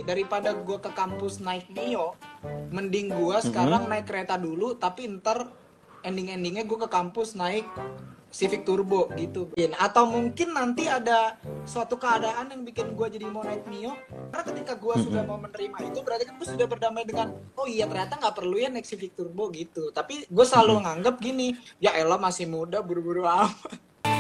daripada gue ke kampus naik Mio, mending gue sekarang naik kereta dulu, tapi ntar endingnya gue ke kampus naik Civic Turbo gitu. Atau mungkin nanti ada suatu keadaan yang bikin gue jadi mau naik Mio, karena ketika gue sudah mau menerima itu berarti kan gue sudah berdamai dengan oh iya ternyata nggak perlu ya naik Civic Turbo gitu. Tapi gue selalu nganggap gini, ya elah masih muda, buru-buru amat.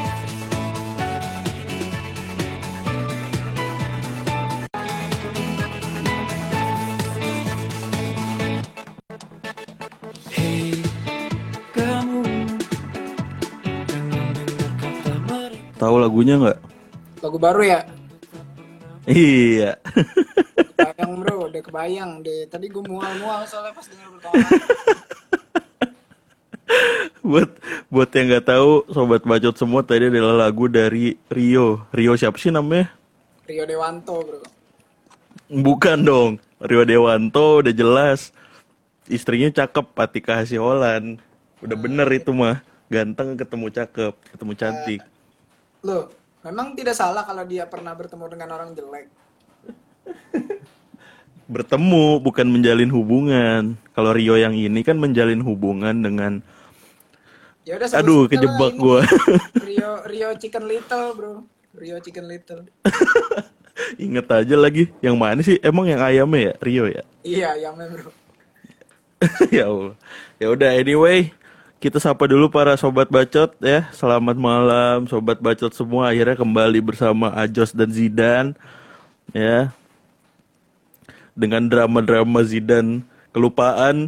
Tahu lagunya nggak? Lagu baru ya? Iya. Kebayang bro, udah kebayang deh. Tadi gue mual-mual soalnya pas denger pertama. buat yang nggak tahu, sobat bacot semua, tadi adalah lagu dari Rio. Rio siapa sih namanya? Rio Dewanto bro. Bukan dong. Rio Dewanto udah jelas. Istrinya cakep, Atika Hasiholan. Udah bener itu mah. Ganteng ketemu cakep, ketemu cantik. Loh, memang tidak salah kalau dia pernah bertemu dengan orang jelek. Bertemu, bukan menjalin hubungan. Kalau Rio yang ini kan menjalin hubungan dengan... Ya udah Aduh, kejebak gua. Rio Chicken Little bro. Rio Chicken Little. Ingat aja lagi, yang mana sih? Emang yang ayamnya ya, Rio ya? Iya, ayamnya bro. Ya Allah. Ya udah, anyway, kita sapa dulu para sobat bacot ya. Selamat malam sobat bacot semua. Akhirnya kembali bersama Ajos dan Zidan ya. Dengan drama-drama Zidan kelupaan.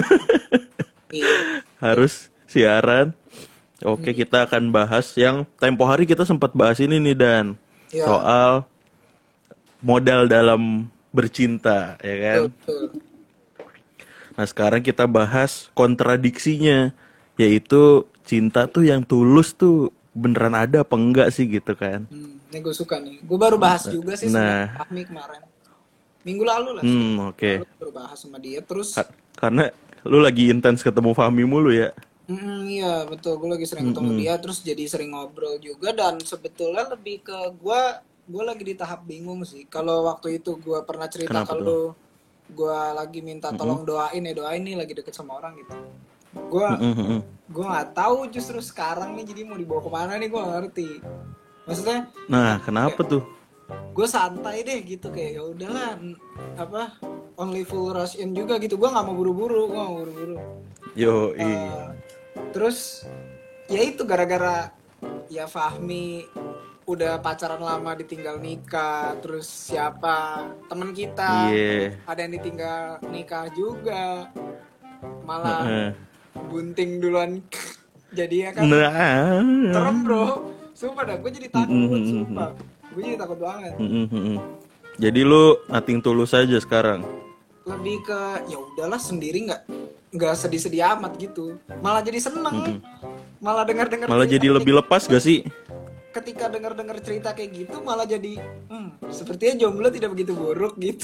Harus siaran. Oke, kita akan bahas yang tempo hari kita sempat bahas ini nih Dan. Ya. Soal modal dalam bercinta, ya kan? Betul. Nah, sekarang kita bahas kontradiksinya, yaitu cinta tuh yang tulus tuh beneran ada apa enggak sih gitu kan? Ini gue suka nih. Gue baru bahas juga sih sama Fahmi kemarin. Minggu lalu lah. Oke. Baru bahas sama dia terus. Karena lu lagi intens ketemu Fahmi mulu ya? Iya betul. Gue lagi sering ketemu dia terus jadi sering ngobrol juga dan sebetulnya lebih ke gue lagi di tahap bingung sih. Kalau waktu itu gue pernah cerita kalau gue lagi minta tolong doain nih lagi deket sama orang gitu. Gue nggak tahu justru sekarang nih jadi mau dibawa kemana nih gue nggak ngerti. Maksudnya? Nah, kenapa tuh? Gue santai deh gitu kayak ya udahlah only full rush in juga gitu. Gue nggak mau buru-buru. Yo terus ya itu gara-gara ya Fahmi udah pacaran lama ditinggal nikah, terus siapa temen kita ada yang ditinggal nikah juga, malah bunting duluan jadi ya kan. Serem bro, sumpah dah gue jadi takut, sumpah gue jadi takut banget. Jadi lu nothing tulus aja sekarang? Lebih ke ya udahlah sendiri, nggak sedih-sedih amat gitu, malah jadi seneng. Malah dengar-dengar malah jadi lebih lepas gak sih? Ketika dengar-dengar cerita kayak gitu malah jadi sepertinya jomblo tidak begitu buruk gitu.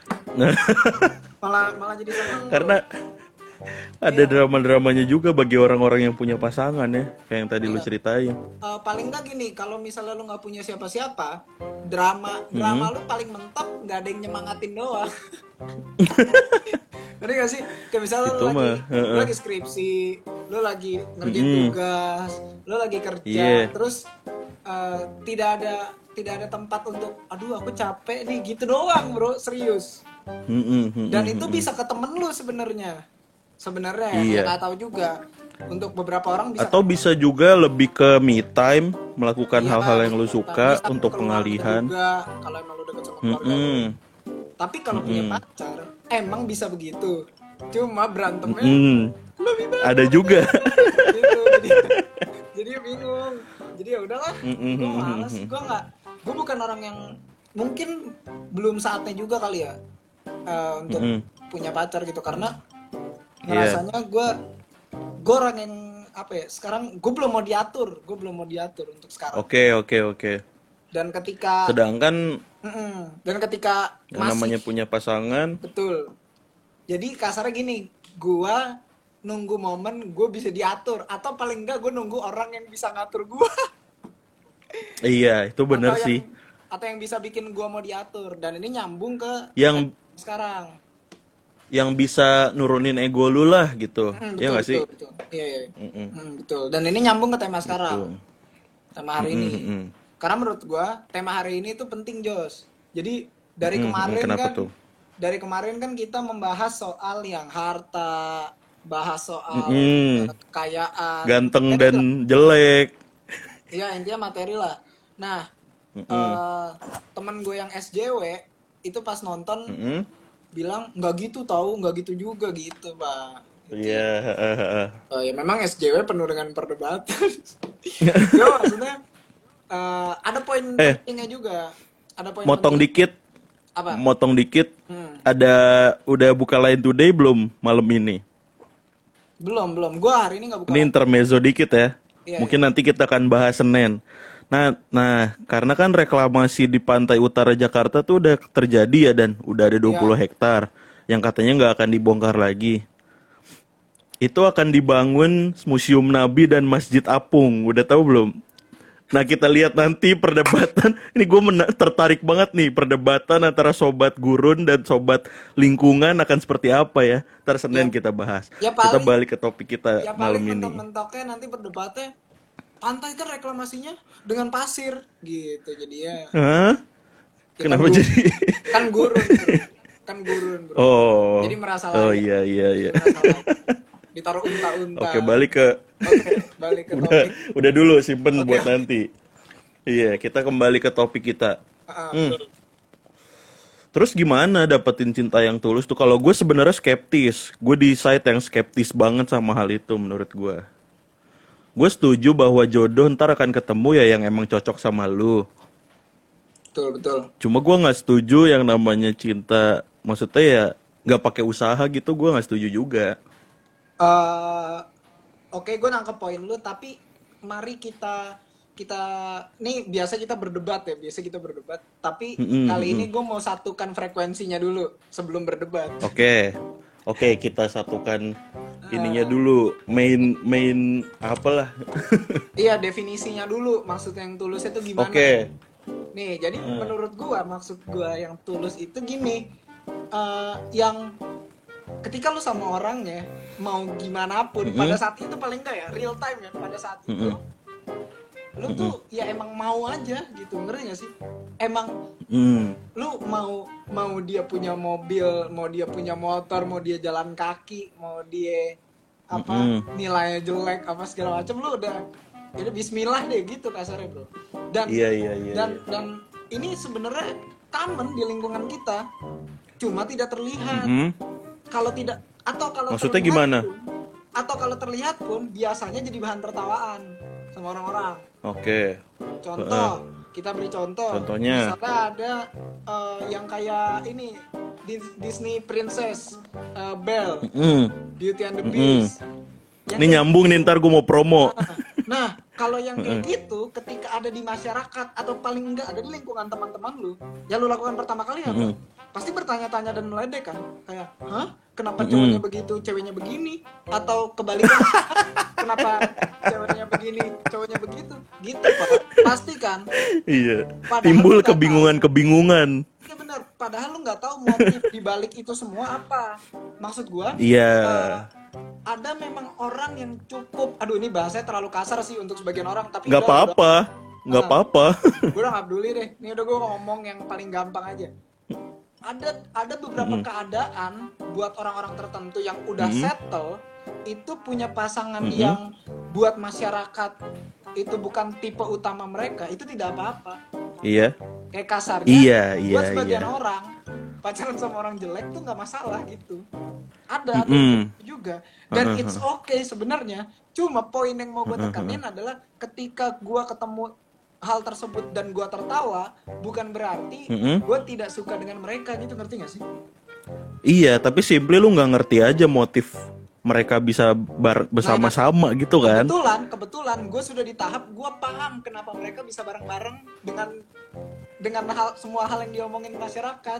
malah jadi seneng. Karena ada drama-dramanya juga bagi orang-orang yang punya pasangan ya, kayak yang tadi lu ceritain. Paling nggak gini, kalau misalnya lu nggak punya siapa-siapa, drama lu paling mentok nggak ada yang nyemangatin doang. Ngerti gak sih? Kayak misalnya lu lagi skripsi, lu lagi ngerjain tugas, lu lagi kerja, terus tidak ada tempat untuk aduh aku capek nih gitu doang bro, serius. Dan itu bisa ke temen lu sebenarnya nggak tahu juga. Untuk beberapa orang bisa, atau bisa juga lebih ke me time, melakukan hal-hal yang lu suka untuk pengalihan juga, kalau emang lu deket sama keluarga lu. Tapi kalau punya pacar emang bisa begitu, cuma berantemnya lebih banyak. Ada juga gitu, jadi bingung. Jadi ya udahlah, gue malas, gue bukan orang yang, mungkin belum saatnya juga kali ya untuk punya pacar gitu, karena ngerasanya gue orang yang sekarang gue belum mau diatur untuk sekarang. Oke. Dan ketika yang namanya punya pasangan, betul. Jadi kasarnya gini, gue nunggu momen gue bisa diatur, atau paling enggak gue nunggu orang yang bisa ngatur gue. Iya, itu benar sih. atau yang bisa bikin gue mau diatur. Dan ini nyambung ke Yang sekarang. bisa nurunin ego lu lah gitu. Ya Betul, nggak sih? betul. Iya, iya. Betul. Dan ini nyambung ke tema sekarang. Betul. Tema hari ini. Karena menurut gue tema hari ini tuh penting, Jos. Jadi dari kemarin Kenapa kan tuh? dari kemarin kan kita membahas soal yang harta, bahas soal kekayaan, Ganteng ya kan, dan jelek. iya intinya materi lah. Nah, temen gue yang SJW itu pas nonton bilang nggak gitu tahu, nggak gitu juga gitu, Pak. Iya. Oh ya memang SJW penuh dengan perdebatan. Yo maksudnya ada poin pentingnya juga. Ada poin Motong penting. dikit. Apa? Motong dikit. Udah buka Line Today belum malam ini? Belum. Gue hari ini nggak buka. Ini intermezzo dikit ya. Iya, Mungkin nanti kita akan bahas Senin. Nah, karena kan reklamasi di pantai utara Jakarta tuh udah terjadi ya, dan udah ada 20 hektar yang katanya nggak akan dibongkar lagi. Itu akan dibangun Museum Nabi dan Masjid Apung. Udah tahu belum? Nah, kita lihat nanti perdebatan. Ini gue tertarik banget nih, perdebatan antara sobat gurun dan sobat lingkungan akan seperti apa ya. Ntar Senin kita bahas. Kita balik ke topik kita malam ini. Mentok-mentoknya nanti berdebatnya pantai kan reklamasinya dengan pasir gitu jadinya. Hah? Kenapa jadi? Kan gurun. Bro. Oh. Jadi merasa Oh iya. Ditaruh unta-unta. Oke, balik ke topik. Udah dulu simpen buat nanti. Iya, kita kembali ke topik kita. Terus gimana dapetin cinta yang tulus tuh? Kalau gue sebenarnya skeptis. Gue di side yang skeptis banget sama hal itu menurut gue. Gue setuju bahwa jodoh ntar akan ketemu ya yang emang cocok sama lu. Betul. Cuma gue nggak setuju yang namanya cinta. Maksudnya ya nggak pakai usaha gitu. Gue nggak setuju juga. Oke, gue nangkep poin lu. Tapi mari kita nih biasa kita berdebat. Tapi kali ini gue mau satukan frekuensinya dulu sebelum berdebat. Oke, kita satukan ininya dulu, main apalah. Iya, definisinya dulu. Maksud yang tulus itu gimana? Oke. Nih, jadi menurut gua maksud gua yang tulus itu gini, yang ketika lu sama orangnya mau gimana pun pada saat itu paling enggak ya real time ya pada saat itu lu tuh ya emang mau aja gitu, ngerti gak sih? Emang lu mau dia punya mobil, mau dia punya motor, mau dia jalan kaki, mau dia nilainya jelek apa segala macam, lu udah jadi bismillah deh gitu kasarnya, bro. Dan dan ini sebenarnya common di lingkungan kita, cuma tidak terlihat. Kalau tidak maksudnya gimana? Atau kalau terlihat pun biasanya jadi bahan tertawaan sama orang-orang. Oke. Contoh, kita beri contoh. Contohnya? Misalnya ada yang kayak ini Disney Princess Belle, Beauty and the Beast. Ini nyambung nih, ntar gue mau promo. Nah, kalau yang kayak gitu, ketika ada di masyarakat atau paling enggak ada di lingkungan teman-teman lu, yang lu lakukan pertama kali apa? Pasti bertanya-tanya dan meledek kan? Kayak, hah? Kenapa cowoknya begitu, ceweknya begini? Atau kebalikan, kenapa ceweknya begini, cowoknya begitu? Gitu, Pak. Pasti kan? Iya. Padahal timbul kebingungan-kebingungan. Iya benar. Padahal lu nggak tahu motif di balik itu semua apa. Maksud gua? Iya. Ada memang orang yang cukup, aduh ini bahasanya terlalu kasar sih untuk sebagian orang, tapi nggak apa-apa. Gue udah nggak peduli deh. Ini udah gue ngomong yang paling gampang aja. Ada beberapa keadaan buat orang-orang tertentu yang udah settle itu punya pasangan yang buat masyarakat itu bukan tipe utama mereka, itu tidak apa-apa. Iya. Kayak kasarnya. Iya. Buat sebagian orang pacaran sama orang jelek tuh nggak masalah gitu. Ada juga. Dan it's okay sebenarnya. Cuma poin yang mau gue tekanin adalah ketika gue ketemu hal tersebut dan gue tertawa, bukan berarti gue tidak suka dengan mereka gitu, ngerti gak sih? Iya, tapi simply lu nggak ngerti aja motif mereka bisa bersama-sama gitu kan? Kebetulan gue sudah di tahap gue paham kenapa mereka bisa bareng-bareng dengan semua hal yang diomongin masyarakat.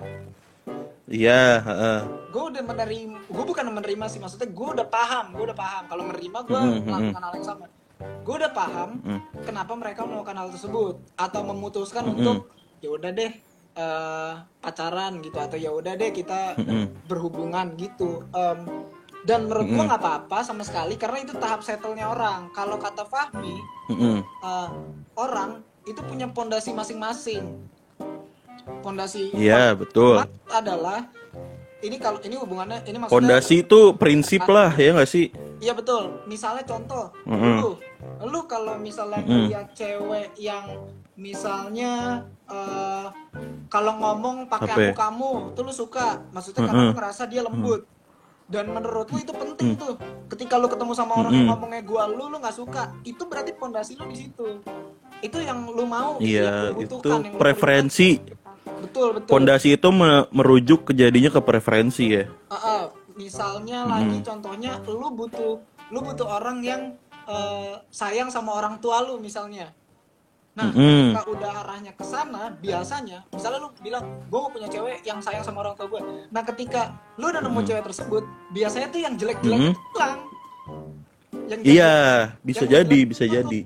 Iya. Gue udah gue bukan menerima sih, maksudnya gue udah paham. Kalau menerima gue melakukan hal yang sama. Gue udah paham kenapa mereka melakukan hal tersebut atau memutuskan untuk ya udah deh pacaran gitu, atau ya udah deh kita berhubungan gitu. Dan menurut gua nggak apa-apa sama sekali, karena itu tahap settle-nya orang. Kalau kata Fahmi, orang itu punya pondasi masing-masing. Pondasi Iya, betul. adalah ini, kalau ini hubungannya ini maksudnya Pondasi itu prinsip lah, ya nggak sih? iya betul. Misalnya contoh, lu kalau misalnya lihat cewek yang misalnya kalau ngomong pakai aku kamu, tuh lu suka, maksudnya karena lu ngerasa dia lembut. Dan menurut lu itu penting tuh. Ketika lu ketemu sama orang yang ngomongnya gua lu nggak suka, itu berarti pondasi lu di situ. Itu yang lu mau, Iya, yang lu itu butuhkan, yang lu preferensi. betul. Pondasi itu merujuk ke jadinya ke preferensi ya. Misalnya lagi contohnya lu butuh orang yang sayang sama orang tua lu misalnya. Nah, ketika udah arahnya ke sana, biasanya misalnya lu bilang gue mau punya cewek yang sayang sama orang tua gue. Nah, ketika lu udah nemu cewek tersebut, biasanya tuh yang jelek-jelek itu hilang. Iya, bisa jadi.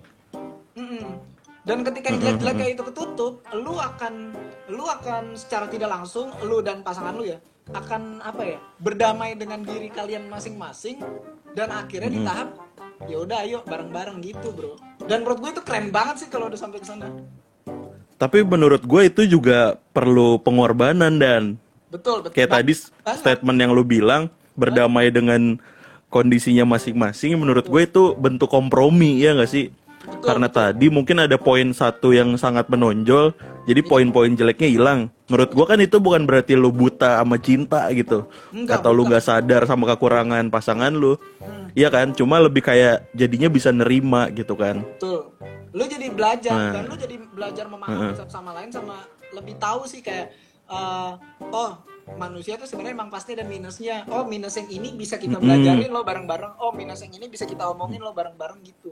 Dan ketika yang jelek-jelek kayak itu ketutup, lu akan secara tidak langsung, lu dan pasangan lu ya akan berdamai dengan diri kalian masing-masing, dan akhirnya di tahap ya udah ayo bareng-bareng gitu, bro. Dan menurut gue itu keren banget sih kalau udah sampai ke sana. Tapi menurut gue itu juga perlu pengorbanan, dan betul. Kayak tadi statement yang lu bilang, berdamai dengan kondisinya masing-masing, menurut gue itu bentuk kompromi, ya nggak sih? Karena tadi mungkin ada poin satu yang sangat menonjol, jadi poin-poin jeleknya hilang. Menurut gua kan itu bukan berarti lu buta sama cinta gitu, atau lu nggak sadar sama kekurangan pasangan lu. Iya kan, cuma lebih kayak jadinya bisa nerima gitu kan. Betul. Lu jadi belajar, dan lu jadi belajar memahami satu sama lain, sama lebih tahu sih kayak manusia tuh sebenarnya emang pasti ada minusnya. Minus yang ini bisa kita belajarin lo bareng-bareng. Minus yang ini bisa kita omongin lo bareng-bareng gitu.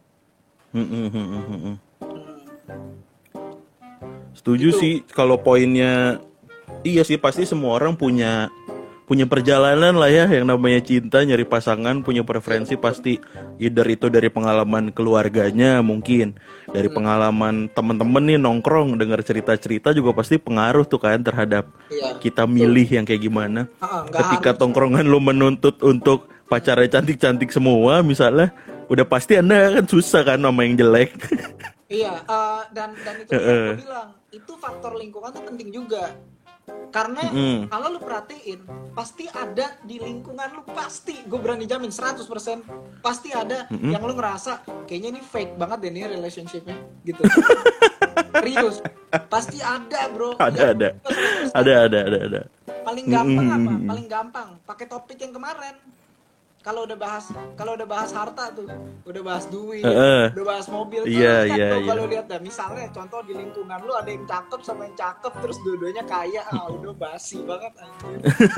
Setuju sih kalau poinnya. Iya sih, pasti semua orang punya perjalanan lah ya, yang namanya cinta, nyari pasangan, punya preferensi pasti. Either itu dari pengalaman keluarganya, mungkin dari pengalaman temen-temen nih nongkrong, dengar cerita-cerita juga pasti pengaruh tuh kan terhadap kita milih yang kayak gimana. Ketika tongkrongan lu menuntut untuk pacarnya cantik-cantik semua misalnya, udah pasti Anda kan susah kan sama yang jelek. Iya, dan itu yang gue bilang, itu faktor lingkungan tuh penting juga. Karena kalau lu perhatiin, pasti ada di lingkungan lu, pasti, gue berani jamin 100% pasti ada yang lu ngerasa kayaknya ini fake banget deh nih relationship-nya gitu. Serius, pasti ada, bro. Ada. Paling gampang apa? Paling gampang pakai topik yang kemarin. Kalau udah bahas harta tuh, udah bahas duit, udah bahas mobil. Iya. Kalau lihat dah, misalnya contoh di lingkungan lu ada yang cakep sama yang cakep, terus dua-duanya kaya, udah basi banget anjir.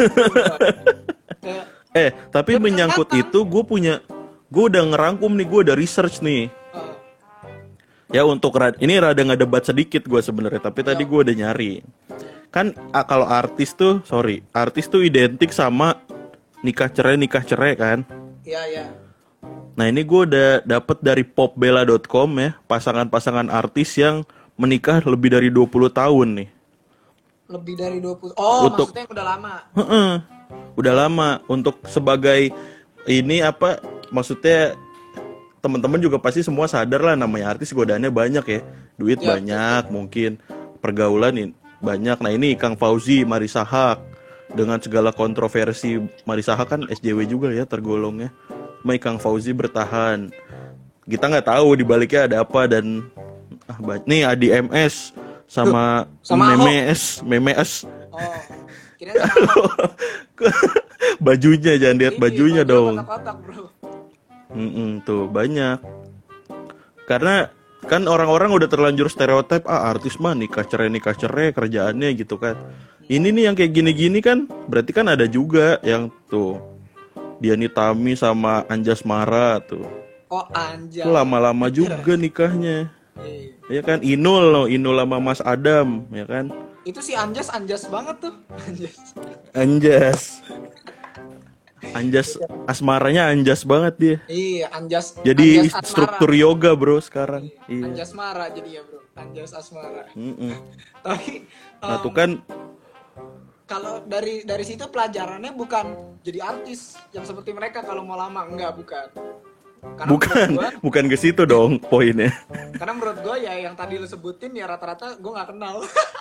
Tapi menyangkut itu, gue udah ngerangkum nih, gue udah research nih. Ya untuk ini rada ngedebat sedikit gue sebenarnya, tapi tadi gue udah nyari. Kan kalau artis tuh identik sama nikah cerai kan? Iya. Nah ini gue udah dapet dari popbella.com ya, pasangan-pasangan artis yang menikah lebih dari 20 tahun nih. Lebih dari 20. Maksudnya udah lama. Udah lama. Untuk sebagai ini maksudnya teman-teman juga pasti semua sadar lah, namanya artis godaannya banyak ya. Duit banyak, mungkin pergaulan banyak. Nah ini Kang Fauzi, Marissa Haque, dengan segala kontroversi. Marissa Haque kan SJW juga ya tergolongnya. Kang Fauzi bertahan. Kita nggak tahu di baliknya ada apa, dan nih Adi MS sama Memes. Kira-kira bajunya, jangan lihat bajunya dong. Kotak-kotak, bro. Tuh banyak. Karena kan orang-orang udah terlanjur stereotip, artis mah nikah cerai kerjaannya gitu kan. Ini nih yang kayak gini-gini kan, berarti kan ada juga yang tuh Dian Nitami sama Anjasmara tuh. Anjas. Lama-lama juga nikahnya. Ya kan, Inul sama Mas Adam, ya kan. Itu si Anjas banget tuh. Anjas asmaranya Anjas banget dia. Iya, Anjas. Jadi Anjas struktur yoga, bro, sekarang. Iya. Anjasmara jadi ya, bro. Anjas Asmara. Mm-mm. Tapi Nah tuh em, kan kalau dari situ pelajarannya bukan jadi artis yang seperti mereka kalau mau lama, enggak, bukan. Karena menurut bukan gua, bukan ke situ dong poinnya. karena menurut gua ya yang tadi lu sebutin ya rata-rata gua nggak kenal.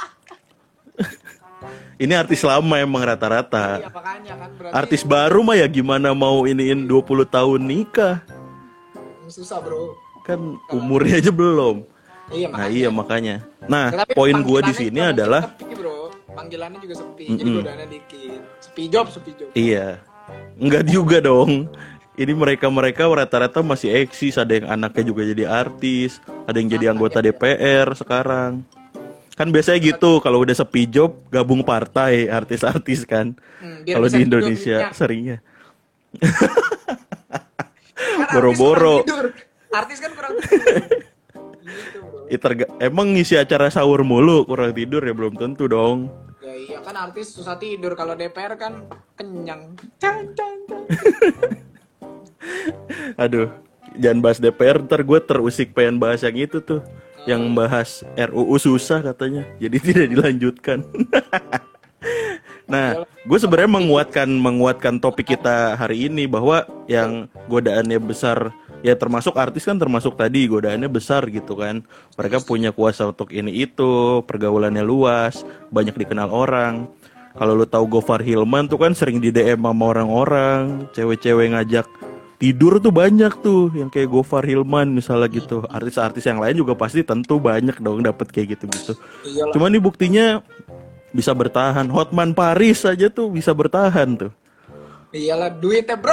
Ini artis lama emang Iya rata-rata. makanya kan berarti Artis baru mah ya gimana mau iniin 20 tahun nikah. susah bro. Kan umurnya aja belum. Iya Nah makanya. iya makanya. Nah Ya, tapi poin gua di panggilannya sini juga mungkin adalah sepi bro. Panggilannya juga sepi, jadi godaannya dikit. Sepi job. iya. Enggak juga dong. Ini mereka rata-rata masih eksis. Ada yang anaknya juga jadi artis. Ada yang jadi anggota DPR sekarang. Kan biasanya gitu. Kalau udah sepi job, gabung partai artis-artis kan. Biar Kalau bisa di tidur Indonesia minyak. seringnya. Kan Boro-boro. artis kan kurang tidur. Gitu bro. Emang ngisi acara sahur mulu kurang tidur ya belum tentu dong. Ya iya kan artis susah tidur, kalau DPR kan kenyang. Can. Aduh, jangan bahas DPR, ntar gue terusik pengen bahas yang itu tuh. Yang bahas RUU susah katanya, jadi tidak dilanjutkan. Nah, gue sebenarnya menguatkan topik kita hari ini bahwa yang godaannya besar, ya termasuk artis kan termasuk tadi godaannya besar gitu kan. Mereka punya kuasa untuk ini itu, pergaulannya luas, banyak dikenal orang. Kalau lu tahu Gofar Hilman tuh kan sering di DM sama orang-orang, cewek-cewek ngajak tidur tuh banyak tuh yang kayak Gofar Hilman misalnya gitu. Artis-artis yang lain juga pasti tentu banyak dong dapat kayak gitu-gitu. Iyalah. Cuman nih buktinya bisa bertahan. Hotman Paris aja tuh bisa bertahan tuh. Iyalah duitnya bro.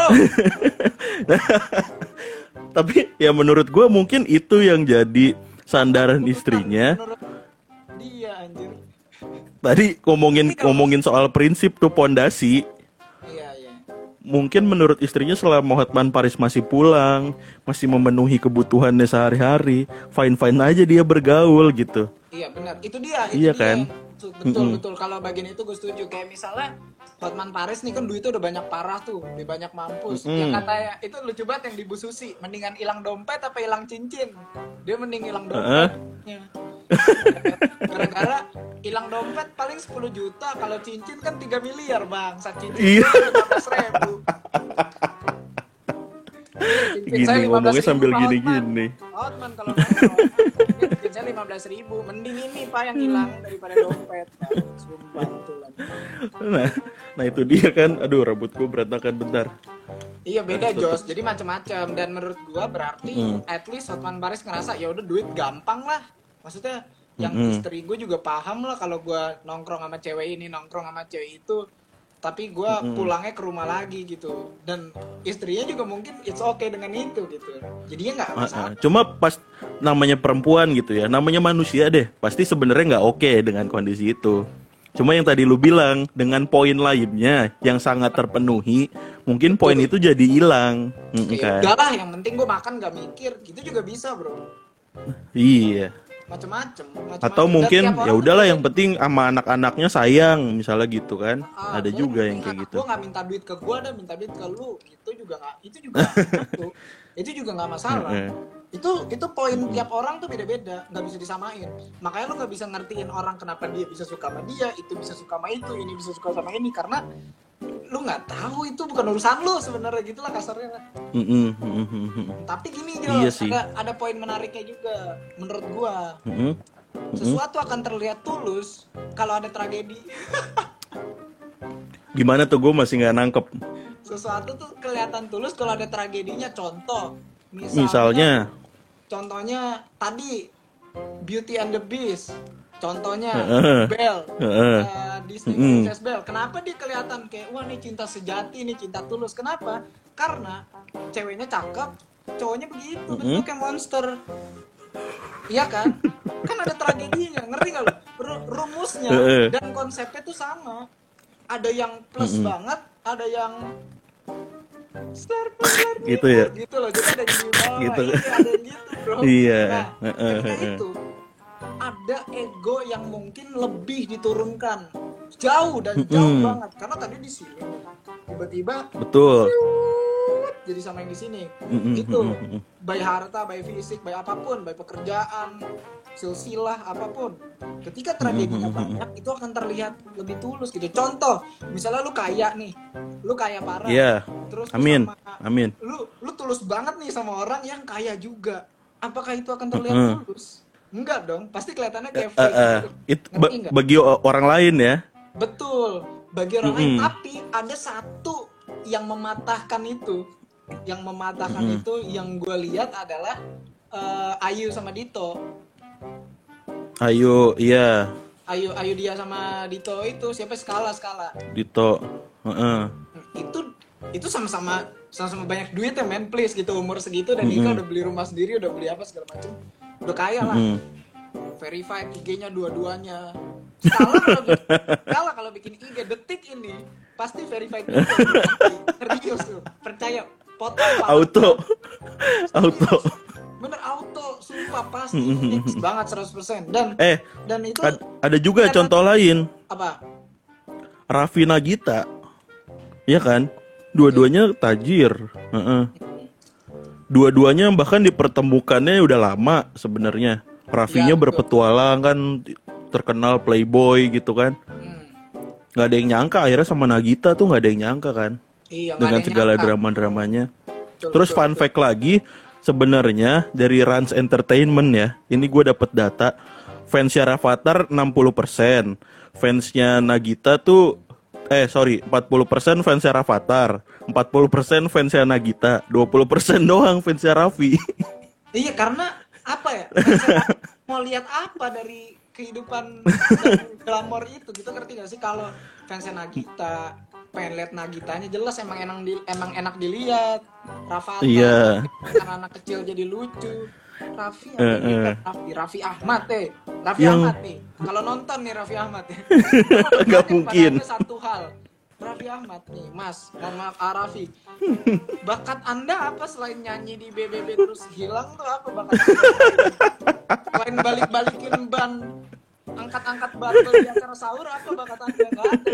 Tapi ya menurut gue mungkin itu yang jadi sandaran istrinya. Menurut dia anjir. Tadi ngomongin soal prinsip tuh pondasi. Iya. Mungkin menurut istrinya selama Hotman Paris masih pulang, masih memenuhi kebutuhannya sehari-hari, fine-fine aja dia bergaul gitu. Iya benar. Itu dia. Iya kan? Betul. Kalau bagian itu gue setuju. Kayak misalnya Hotman Paris nih kan duitnya udah banyak parah tuh, udah banyak mampus. Yang katanya itu lucu banget yang di Bu Susi, mendingan hilang dompet apa hilang cincin? Dia mending hilang dompetnya. Gara-gara hilang dompet paling 10 juta, kalau cincin kan 3 miliar bang. Satu cincin Iya. 15.000. Gini ngomongnya sambil gini-gini. Hotman kalau cincin saya 15.000, mending ini pak yang hilang daripada dompet. Sumpah betulan. Nah itu dia kan, aduh rambutku berantakan bentar. Iya beda Jos, jadi macam-macam, dan menurut gua berarti at least Hotman Paris ngerasa ya udah duit gampang lah. Maksudnya yang istri gue juga paham lah kalau gua nongkrong sama cewek ini, nongkrong sama cewek itu, tapi gua pulangnya ke rumah lagi gitu, dan istrinya juga mungkin it's okay dengan itu gitu, jadinya nggak masalah. Cuma pas namanya perempuan gitu ya, namanya manusia deh, pasti sebenarnya nggak oke dengan kondisi itu. Cuma yang tadi lu bilang dengan poin lainnya yang sangat terpenuhi, mungkin poin itu jadi hilang, Ya kan? udahlah, yang penting gua makan nggak mikir, gitu juga bisa bro. Iya. Macem-macem. Atau Dan mungkin tiap orang ya udahlah tuh yang penting sama anak-anaknya sayang, misalnya gitu kan? Ada gua juga yang penting kayak anak gitu. gua nggak minta duit ke gua, dan minta duit ke lu, itu juga nggak, itu juga nggak masalah. Itu poin tiap orang tuh beda-beda, nggak bisa disamain. Makanya lu nggak bisa ngertiin orang kenapa dia bisa suka sama dia, itu bisa suka sama itu, ini bisa suka sama ini, karena lu nggak tahu, itu bukan urusan lu sebenarnya, gitulah kasarnya lah. Tapi gini Jo, Iya sih. ada poin menariknya juga menurut gua. Sesuatu akan terlihat tulus kalau ada tragedi. Gimana tuh gue masih nggak nangkep. Sesuatu tuh kelihatan tulus kalau ada tragedinya. Contoh, Misalnya, contohnya tadi Beauty and the Beast. Contohnya Belle, Disney Princess Belle. Kenapa dia kelihatan kayak wah nih cinta sejati, nih cinta tulus? Kenapa? Karena ceweknya cakep, cowoknya begitu, bentuk kayak monster. Iya kan? Kan ada tragedinya, ngerti gak lu? Rumusnya dan konsepnya tuh sama. Ada yang plus banget, ada yang gitu ya. gitu loh. Jadi ada di bawah, Gitu. ini ada yang gitu bro. Iya. Nah, ketika itu ada ego yang mungkin lebih diturunkan jauh dan jauh banget, karena tadi di sini tiba-tiba Betul. jadi sama yang di sini. Mm-mm, Itu mm-mm, baik harta, baik fisik, baik apapun, baik pekerjaan, silsilah apapun. Ketika tragedinya mm-mm. banyak, itu akan terlihat lebih tulus gitu. Contoh, misalnya lu kaya nih, lu kaya parah, Iya, terus lu amin, sama amin. lu tulus banget nih sama orang yang kaya juga. Apakah itu akan terlihat Heeh. tulus? Enggak dong, pasti kelihatannya Eh, kayak eh, fake eh. gitu. Itu Ngerti nggak? bagi orang lain ya. Betul, bagi orang lain. Mm-mm, Tapi ada satu yang mematahkan itu. Yang mematahkan mm-mm. itu yang gue lihat adalah Ayu sama Dito. Ayo, iya, Ayu dia sama Dito itu siapa skala. Dito. Heeh. Itu sama-sama banyak duit ya men, please gitu, umur segitu dan nikah, Mm-mm, udah beli rumah sendiri, udah beli apa segala macam, udah kaya lah. mm-mm. Verified IG-nya dua-duanya. Skala kalau bikin IG detik ini pasti verified juga. Serius tuh, percaya. Foto Auto, auto. bener auto, sumpah pasti fix banget 100%. Eh, Dan itu ada juga contoh lain, apa? Raffi Nagita, iya kan? Dua-duanya tajir. Heeh. Dua-duanya bahkan dipertemukannya udah lama sebenarnya. Ya Raffinya betul. berpetualang kan, terkenal playboy gitu kan. Nggak ada yang nyangka akhirnya sama Nagita tuh, nggak ada yang nyangka kan, Iya, nggak ada dengan yang segala nyangka. drama-dramanya. Betul, Terus betul, fun betul. fact lagi, sebenarnya dari Rans Entertainment ya, ini gue dapet data, fansnya Rafathar 60%, fansnya Nagita tuh 40% fansnya Rafathar, 40% fansnya Nagita, 20% doang fansnya Raffi. Iya, karena apa ya? Saya mau lihat apa dari kehidupan dan glamor itu gitu, ngerti gak sih? Kalau fansnya Nagita, pengen lihat Nagitanya jelas emang enak dilihat. Rafathar, Iya. anak kecil jadi lucu. Raffi Eh, apa nih? eh. Raffi Ahmad Raffi Yang Ahmad nih. Kalau nonton nih Raffi Ahmad ya. nggak Gue mungkin. pada satu hal. Raffi Ahmad nih, Mas, mohon maaf Raffi. Bakat Anda apa selain nyanyi di BBB terus hilang tuh, apa bakat Anda? Selain balik-balikin ban, angkat-angkat barbel di acara sahur, apa bakat Anda? Gak ada.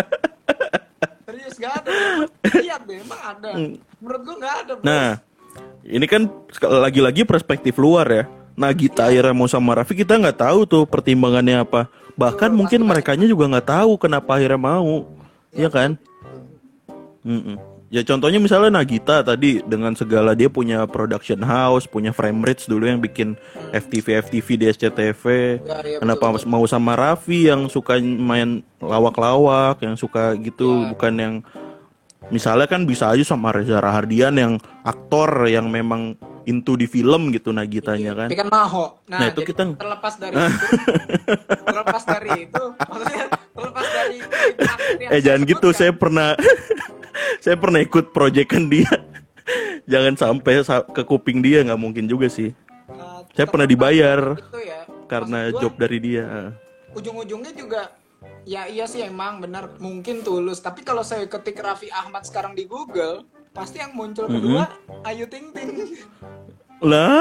Serius gak ada. Lihat deh, emang ada. Menurut gue gak ada, bro. Nah, ini kan lagi-lagi perspektif luar ya. Nagita Iya. akhirnya mau sama Raffi, kita nggak tahu tuh pertimbangannya apa. Bahkan Betul, mungkin pasti merekanya juga nggak tahu kenapa akhirnya mau. Iya kan? Mm-mm. Ya contohnya misalnya Nagita tadi dengan segala dia punya production house, punya Frame Rich dulu yang bikin FTV di SCTV. Ya, iya, Kenapa betul. mau sama Raffi yang suka main lawak-lawak, yang suka gitu, Ya. bukan yang misalnya kan bisa aja sama Reza Rahardian yang aktor yang memang into di film gitu Nagitanya kan. Tapi kan maho. Nah, Nah, itu jadi kita- terlepas dari itu, maksudnya terlepas dari itu aktor yang Jangan saya gitu, saya sebutkan. pernah saya pernah ikut proyekan dia. Jangan sampai ke kuping dia, nggak mungkin juga sih. Saya pernah dibayar Itu ya. karena Maksud gua, job dari dia. ujung-ujungnya juga ya iya sih emang benar mungkin tulus, tapi kalau saya ketik Raffi Ahmad sekarang di Google pasti yang muncul kedua Ayu Ting Ting. Lah,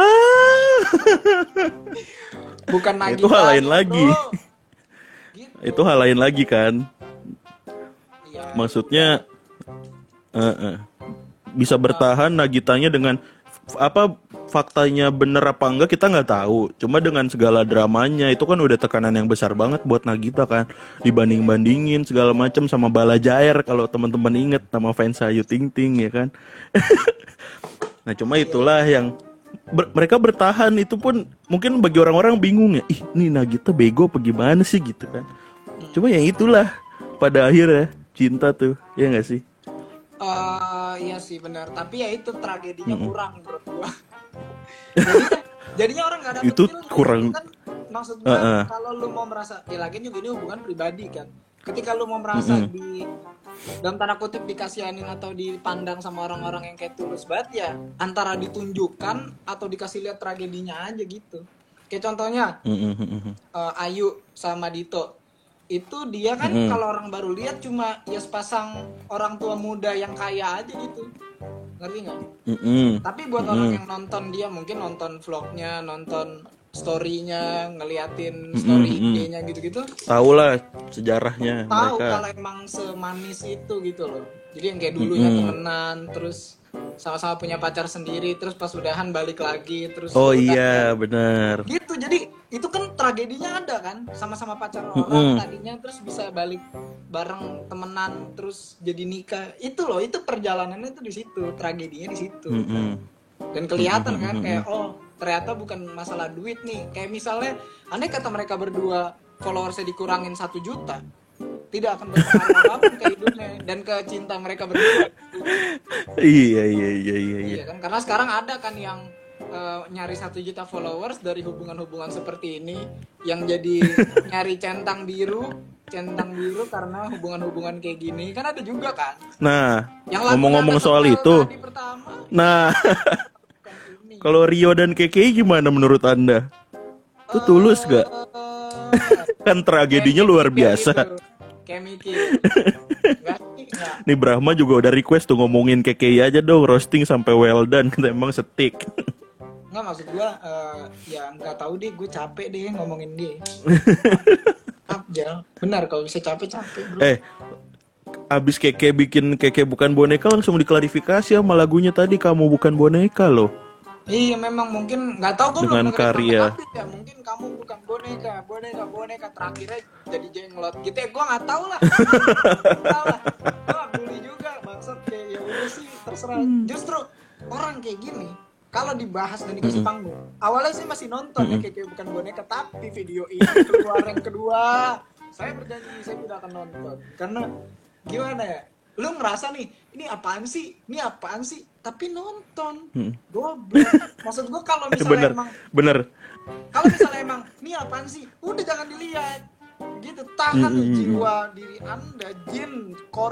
Bukan Nagita. itu hal lain lagi. Bro. Gitu. Itu hal lain lagi kan. Ya, Maksudnya bisa bertahan Nagitanya dengan apa faktanya bener apa enggak kita nggak tahu. Cuma dengan segala dramanya itu kan udah tekanan yang besar banget buat Nagita kan. Dibanding-bandingin segala macam sama Bala Jair kalau teman-teman inget nama fans Ayu Ting Ting ya kan. Nah cuma itulah yang mereka bertahan itu pun mungkin bagi orang-orang bingung ya. Ih ini Nagita bego apa gimana sih gitu kan. Cuma ya itulah pada akhirnya cinta tuh ya nggak sih. iya sih benar, tapi ya itu tragedinya kurang menurut gua. Jadinya orang nggak dapet Itu feel kurang. kan, maksud gua kalau lu mau merasa ya lagi juga ini hubungan pribadi kan, ketika lu mau merasa di dalam tanda kutip dikasihanin atau dipandang sama orang-orang yang kayak tulus banget ya antara ditunjukkan atau dikasih lihat tragedinya aja gitu. Kayak contohnya Ayu sama Dito itu dia kan kalau orang baru lihat cuma ya sepasang orang tua muda yang kaya aja gitu, ngerti nggak? Tapi buat orang yang nonton dia, mungkin nonton vlognya, nonton story-nya, ngeliatin story IG-nya gitu-gitu. Tahu lah sejarahnya Tahu mereka. kalau emang semanis itu gitu loh. Jadi yang kayak dulunya temenan, terus sama-sama punya pacar sendiri, terus pas udahan balik lagi, terus Oh ya udah iya, benar. gitu. Jadi itu kan tragedinya ada kan, sama-sama pacaran orang tadinya, terus bisa balik bareng temenan, terus jadi nikah. Itu loh, itu perjalanannya itu di situ, tragedinya di situ. Dan kelihatan kan kayak oh ternyata bukan masalah duit nih. Kayak misalnya andai kata mereka berdua followersnya dikurangin 1 juta, tidak akan berpengaruh apapun ke hidupnya dan ke cinta mereka berdua. Iya. Iya kan, karena sekarang ada kan yang nyari 1 juta followers dari hubungan-hubungan seperti ini, yang jadi nyari centang biru karena hubungan-hubungan kayak gini kan ada juga kan. Nah, Yang ngomong-ngomong soal lagunya itu, tadi pertama, nah, bukan ini. kalau Rio dan Keke gimana menurut Anda? Itu tulus gak? Kan tragedinya luar biasa. Kayak mikir. Enggak. Nih Brahma juga udah request tuh ngomongin Keke aja dong, roasting sampai well done. Kita emang setik. Enggak, maksud gua ya enggak tahu deh, gue capek deh ngomongin dia. Abjal. Benar, kalau bisa capek bro. Abis Keke bikin Keke bukan boneka langsung diklarifikasi sama lagunya tadi, kamu bukan boneka loh. Iya memang mungkin nggak tahu, gue Dengan belum karya. ya, mungkin kamu bukan boneka terakhirnya jadi jenglot gitu ya, gue nggak tahu lah. Gue bully juga maksud kayak ya udah sih terserah. Justru orang kayak gini kalau dibahas dan dikasih panggung, awalnya sih masih nonton ya kayak bukan boneka, tapi video ini keluar yang kedua saya berjanji saya tidak akan nonton karena gimana ya, lu ngerasa nih ini apaan sih tapi nonton. Goblok. Maksud gua kalau misalnya bener. Kalau misalnya emang ini apaan sih, udah jangan dilihat. Gitu, tahan jiwa diri Anda, jin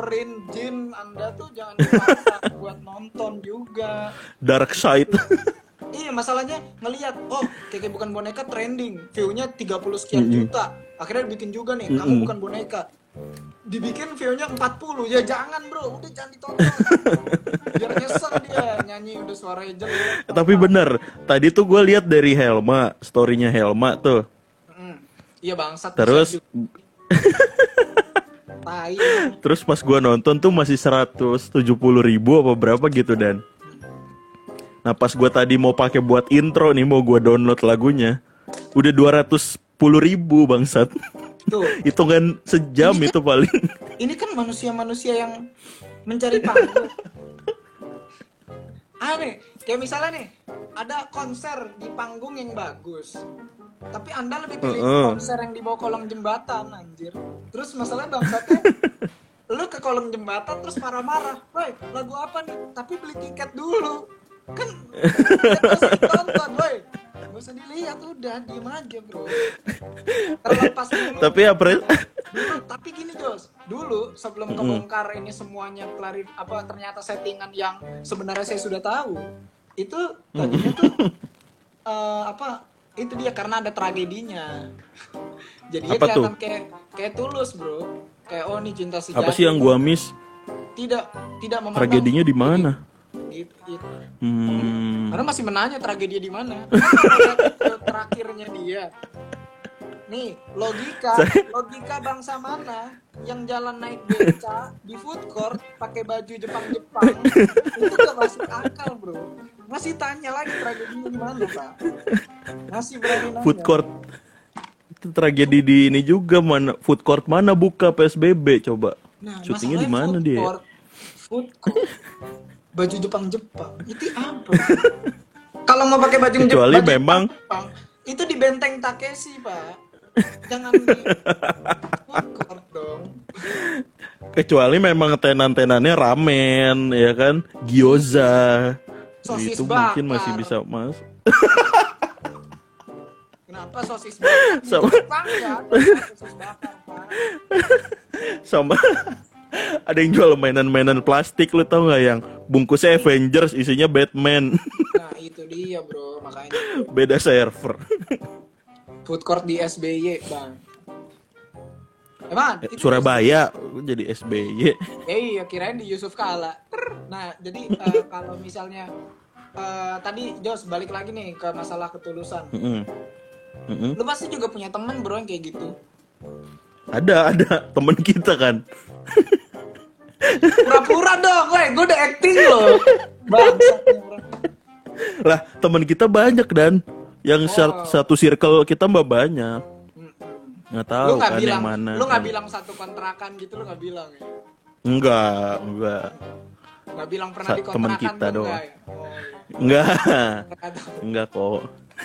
Anda tuh jangan dipaksa buat nonton juga. Dark side. Iya, masalahnya ngelihat, oh kayak bukan boneka trending, view-nya 30 sekian juta. Akhirnya bikin juga nih, kamu bukan boneka. Dibikin view-nya 40, ya jangan bro, udah jangan ditonton. Biar nyesel dia, nyanyi udah suaranya jelek. Tapi bener, tadi tuh gue lihat dari Helma, story-nya Helma tuh. Iya bangsat. Terus tai. Terus pas gue nonton tuh masih 170.000 apa berapa gitu dan. Nah pas gue tadi mau pakai buat intro nih, mau gue download lagunya, udah 210.000 bangsat. Tuh. Hitungan sejam ini itu kan, paling. Ini kan manusia-manusia yang mencari panggung. Aneh, kayak misalnya nih, ada konser di panggung yang bagus, tapi Anda lebih pilih konser yang di bawah kolong jembatan, anjir. Terus masalahnya bangsatnya, lu ke kolong jembatan terus marah-marah, woi lagu apa nih? Tapi beli tiket dulu. Kan gak usah ditonton, woi. Gak usah dilihat, udah diem aja bro. Terlepas dulu. Tapi gini Jos, dulu sebelum kebongkar ini semuanya ternyata settingan yang sebenarnya saya sudah tahu. Itu tadinya tuh itu dia karena ada tragedinya. Jadinya kelihatan kayak tulus bro. Kayak oh nih cinta sejati. Apa sih yang gua miss? Tidak memandang tragedinya di mana? Gitu. Karena masih menanya tragedi di mana. Terakhirnya dia. Nih, logika bangsa mana yang jalan naik beca di food court pakai baju Jepang-Jepang itu gak masuk akal, bro. Masih tanya lagi tragedinya di mana, Pak? Masih berani nanya. Food court. Itu tragedi di ini juga, mana food court mana buka PSBB coba. Nah, syutingnya di mana dia? Food court. Baju Jepang-Jepang. Itu apa? Kalau mau pakai baju kecuali baju memang Jepang, itu di Benteng Takeshi, Pak. Jangan di food court dong. Kecuali memang tenan-tenannya ramen, ya kan, gyoza, sosis itu bakar. Mungkin masih bisa mas. Kenapa sosis bakar? Sama Jepang ya ada sosis bakar, Pak. Sama ada yang jual mainan-mainan plastik, lu tau nggak, yang bungkusnya Avengers isinya Batman. Nah itu dia bro, makanya beda server. food court di SBY bang. Emang Surabaya jadi SBY. Iya kirain di Yusuf Kala. Nah jadi kalau misalnya tadi Jos balik lagi nih ke masalah ketulusan. Mm-mm. Lu pasti juga punya temen bro yang kayak gitu. Ada temen kita kan. Pura-pura dong, gue udah acting loh. Bangsat nih orang. Lah, temen kita banyak dan yang Oh. satu circle kita mbak banyak. Nggak Lu tahu nggak kan bilang, yang mana. lu nggak bilang satu kontrakan gitu, lu nggak bilang ya? Enggak. Nggak bilang pernah di Temen kontrakan kita tuh doang. enggak ya? Oh, iya. Enggak. Atau- Enggak kok.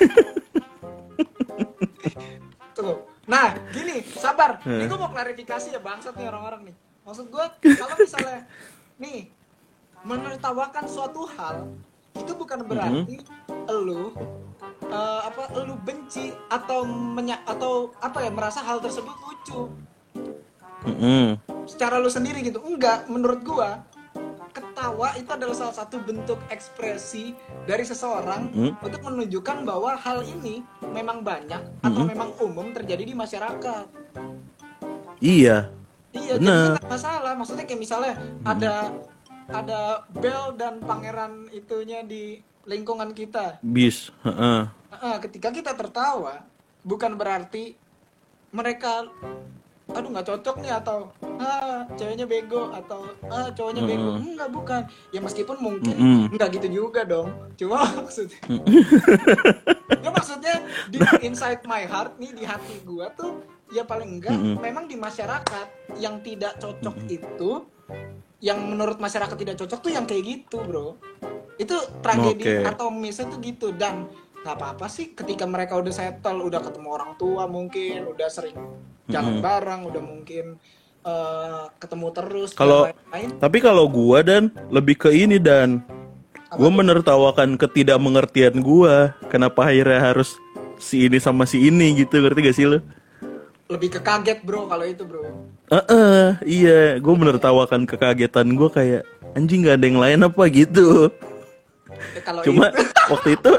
Tuh. Nah, gini, sabar. Ini gue mau klarifikasi ya bangsat nih orang-orang nih. Maksud gue, kalau misalnya nih menertawakan suatu hal itu bukan berarti lu lu benci atau atau apa ya merasa hal tersebut lucu Mm-mm. secara lu sendiri gitu. Enggak, menurut gua ketawa itu adalah salah satu bentuk ekspresi dari seseorang untuk menunjukkan bahwa hal ini memang banyak atau memang umum terjadi di masyarakat. Iya. Iya, jadi Bener. nggak masalah. Maksudnya kayak misalnya ada Bel dan pangeran itunya di lingkungan kita. Bis. Heeh. Ketika kita tertawa, bukan berarti mereka aduh nggak cocok nih atau ceweknya bego atau cowoknya bego. Enggak, bukan. Ya meskipun mungkin enggak gitu juga dong. Cuma maksudnya ya maksudnya di inside my heart nih, di hati gua tuh ya paling enggak memang di masyarakat yang tidak cocok itu, yang menurut masyarakat tidak cocok tuh yang kayak gitu bro. Itu tragedi atau misalnya tuh gitu. Dan nggak apa-apa sih ketika mereka udah settle, udah ketemu orang tua mungkin, udah sering jalan bareng, udah mungkin ketemu terus Kalau dan lain-lain. tapi kalau gua dan lebih ke ini dan gua menertawakan ketidakmengertian gua. Kenapa akhirnya harus si ini sama si ini gitu, ngerti gak sih lu? Lebih ke kaget bro kalau itu bro. Iya, gue menertawakan kekagetan gue kayak anjing gak ada yang lain apa gitu. Kalau Cuma itu waktu itu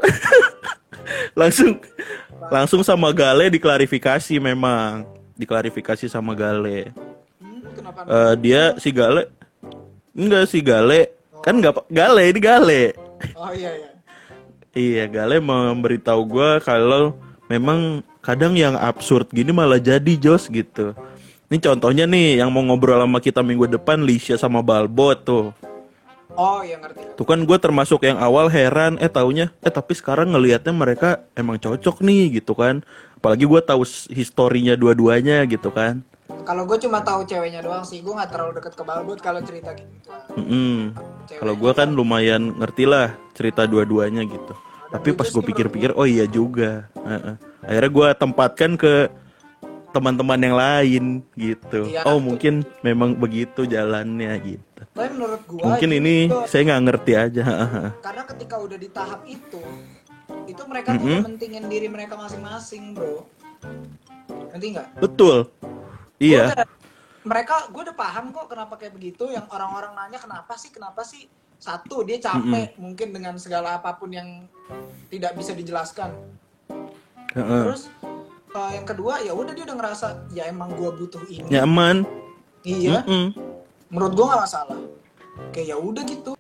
langsung sama Gale diklarifikasi, memang diklarifikasi sama Gale. kenapa Dia si Gale enggak, si Gale kan nggak Gale ini Gale. oh iya iya. Iya, Gale memberitahu gue kalau memang kadang yang absurd gini malah jadi Jos gitu. Ini contohnya nih yang mau ngobrol sama kita minggu depan, Lisha sama Balbot tuh. Oh iya ngerti. Tuh kan gue termasuk yang awal heran, taunya tapi sekarang ngelihatnya mereka emang cocok nih gitu kan. Apalagi gue tahu historinya dua-duanya gitu kan. Kalau gue cuma tahu ceweknya doang sih, gue nggak terlalu deket ke Balbut kalau cerita gitu. Kalau gue kan lumayan ngerti lah cerita dua-duanya gitu. Tapi pas gue pikir-pikir, oh iya juga. Akhirnya gue tempatkan ke teman-teman yang lain gitu. Iya, Oh mungkin memang begitu jalannya gitu. Tapi menurut gue Mungkin ini saya nggak ngerti aja. karena ketika udah di tahap itu mereka tuh udah mentingin diri mereka masing-masing bro. Ngerti nggak? Betul. Iya. Gue udah paham kok kenapa kayak begitu. Yang orang-orang nanya kenapa sih? Satu, dia capek mungkin dengan segala apapun yang tidak bisa dijelaskan. Terus yang kedua ya udah dia udah ngerasa ya emang gue butuh ini. Nyaman. Iya. Menurut gue nggak masalah. Kayak ya udah gitu.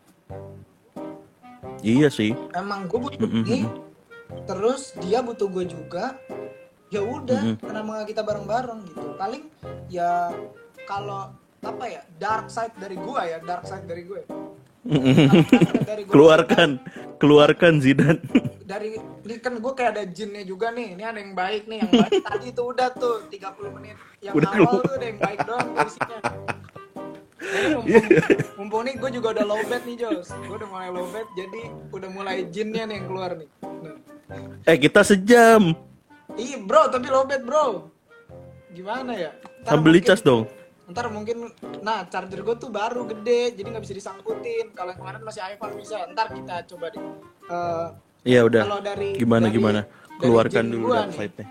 Iya sih. Emang gue butuh ini. Terus dia butuh gue juga. Ya udah, kenapa nggak kita bareng-bareng gitu. Paling ya kalau apa ya dark side dari gue. Keluarkan Zidane. Dari ini kan gue kayak ada jinnya juga nih. Ini ada yang baik nih, yang baik tadi itu udah tuh 30 menit. Yang Udah awal tuh ada yang baik doang isinya. Jadi mumpung nih gue juga udah low bed nih Jos. Gue udah mulai low bed, jadi udah mulai jinnya nih yang keluar nih. Nah. Kita sejam. Iya bro, tapi low bed bro. Gimana ya? Sambil dicas dong. Ntar mungkin, nah charger gue tuh baru gede, jadi nggak bisa disangkutin. Kalau yang kemarin masih iPhone bisa. Ntar kita coba deh. Iya udah. Kalau Gimana? Keluarkan dari dulu gua dark side-nya.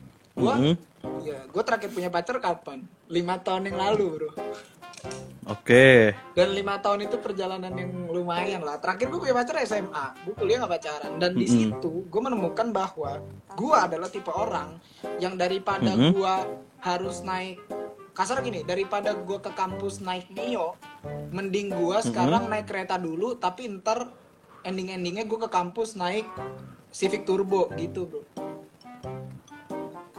Gue terakhir punya pacar kapan? 5 tahun yang lalu bro. Oke. Dan 5 tahun itu perjalanan yang lumayan lah. Terakhir gue punya pacar SMA, gue kuliah nggak pacaran. Dan di situ gue menemukan bahwa gue adalah tipe orang yang daripada gue harus naik, kasar gini, daripada gue ke kampus naik Mio, mending gue sekarang naik kereta dulu, tapi ntar ending-endingnya gue ke kampus naik Civic Turbo gitu bro.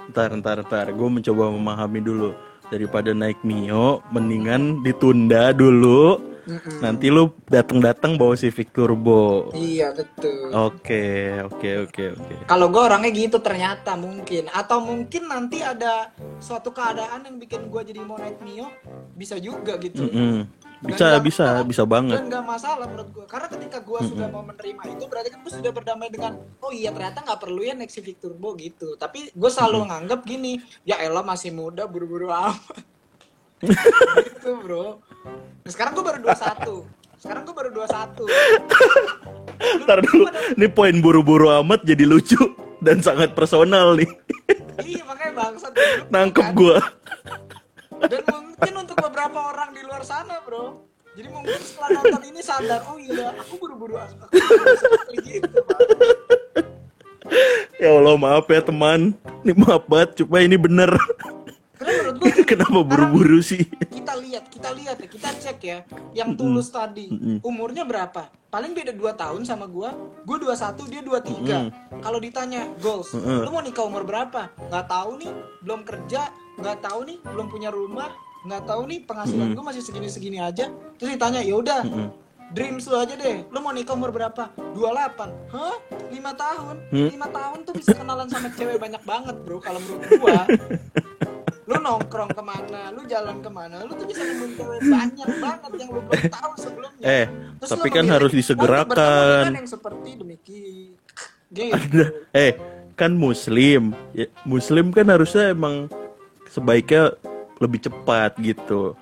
Ntar. Gue mencoba memahami dulu. Daripada naik Mio, mendingan ditunda dulu. Nanti lu datang bawa Civic Turbo. Iya betul. Oke. Kalau gue orangnya gitu ternyata mungkin, atau mungkin nanti ada suatu keadaan yang bikin gue jadi mau naik Mio, bisa juga gitu. Bisa banget. Dan nggak masalah menurut gue, karena ketika gue sudah mau menerima itu, berarti kan gue sudah berdamai dengan, oh iya ternyata nggak perlu ya naik Civic Turbo gitu. Tapi gue selalu nganggap gini, ya elah masih muda, buru-buru amat. Gitu bro. Nah, sekarang gue baru 21. Ntar dulu, ini poin buru-buru amat jadi lucu dan sangat personal nih. Iya makanya bangsat. Nangkep gue. Dan mungkin untuk beberapa orang di luar sana bro, jadi mungkin setelah nonton ini sadar, oh iya aku buru-buru gitu Pak. Ya Allah, maaf ya teman. Ini maaf banget, cuma ini bener. Karena menurut gue Kenapa buru-buru sih? Kita lihat ya, kita cek ya. Yang Tulus tadi, umurnya berapa? Paling beda 2 tahun sama gue 21, dia 23. Kalau ditanya, goals, lu mau nikah umur berapa? Nggak tahu nih, belum kerja, nggak tahu nih, belum punya rumah, nggak tahu nih, penghasilan gue masih segini-segini aja. Terus ditanya, ya udah, dreams lu aja deh, lu mau nikah umur berapa? 28. Hah? 5 tahun? 5 tahun tuh bisa kenalan sama cewek banyak banget bro, kalau menurut gue. Lu nongkrong kemana, lu jalan kemana, lu tuh bisa nemuin cewek banyak banget yang lu belum tahu sebelumnya. Terus tapi kan harus disegerakan. Yang seperti demikian. Gitu. Kan Muslim. Ya, Muslim kan harusnya emang sebaiknya lebih cepat gitu.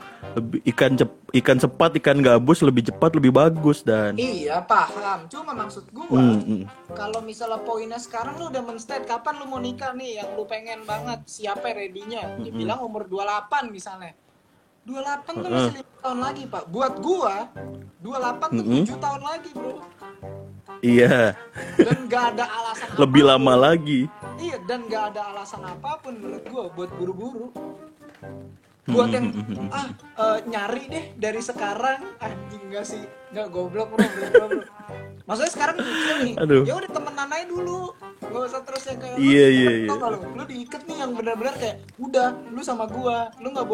Ikan cepat, ikan gabus lebih cepat, lebih bagus dan. Iya paham. Cuma maksud gua, kalau misalnya poinnya sekarang lu udah men-state kapan lu mau nikah nih, yang lu pengen banget, siapa ready-nya? Dibilang umur 28 misalnya. 28 tuh masih 5 tahun lagi pak. Buat gua 28 tuh 7 tahun lagi bro. Iya. Dan gak ada alasan lebih apapun. Lama lagi. Iya, dan gak ada alasan apapun menurut gua buat buru-buru. Buat yang nyari deh dari sekarang, anjing enggak sih, enggak goblok bro. Maksudnya sekarang kecil nih, ya udah temenan aja dulu, nggak usah terus yang kayak iya. Lu diikat nih yang benar-benar kayak udah lu sama gua, lu nggak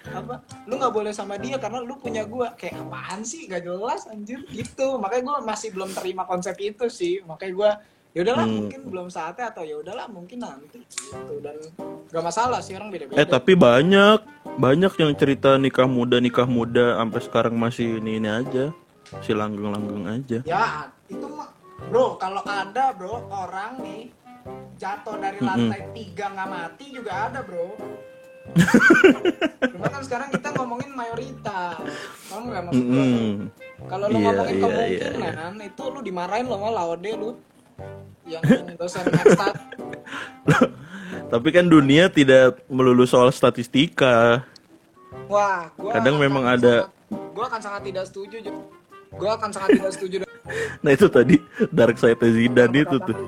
boleh sama dia karena lu punya gua. Kayak apaan sih, gak jelas anjir gitu. Makanya gua masih belum terima konsep itu sih, makanya gua ya udahlah mungkin belum saatnya, atau ya udahlah mungkin nanti gitu. Dan gak masalah sih, orang beda-beda. Tapi banyak yang cerita nikah muda sampai sekarang masih ini aja, si langgeng aja. Ya itu mah bro, kalau ada bro orang nih jatuh dari lantai 3 nggak mati juga ada bro. Cuma kan sekarang kita ngomongin mayoritas, kamu nggak maksud gue? Kalau lu ngomongin kemungkinan itu lu dimarahin lo malah Laude lu yang dosen maksat. Tapi kan dunia tidak melulu soal statistika. Wah, kadang memang ada. Gue akan sangat tidak setuju. Nah itu tadi dark side Zidane itu tuh.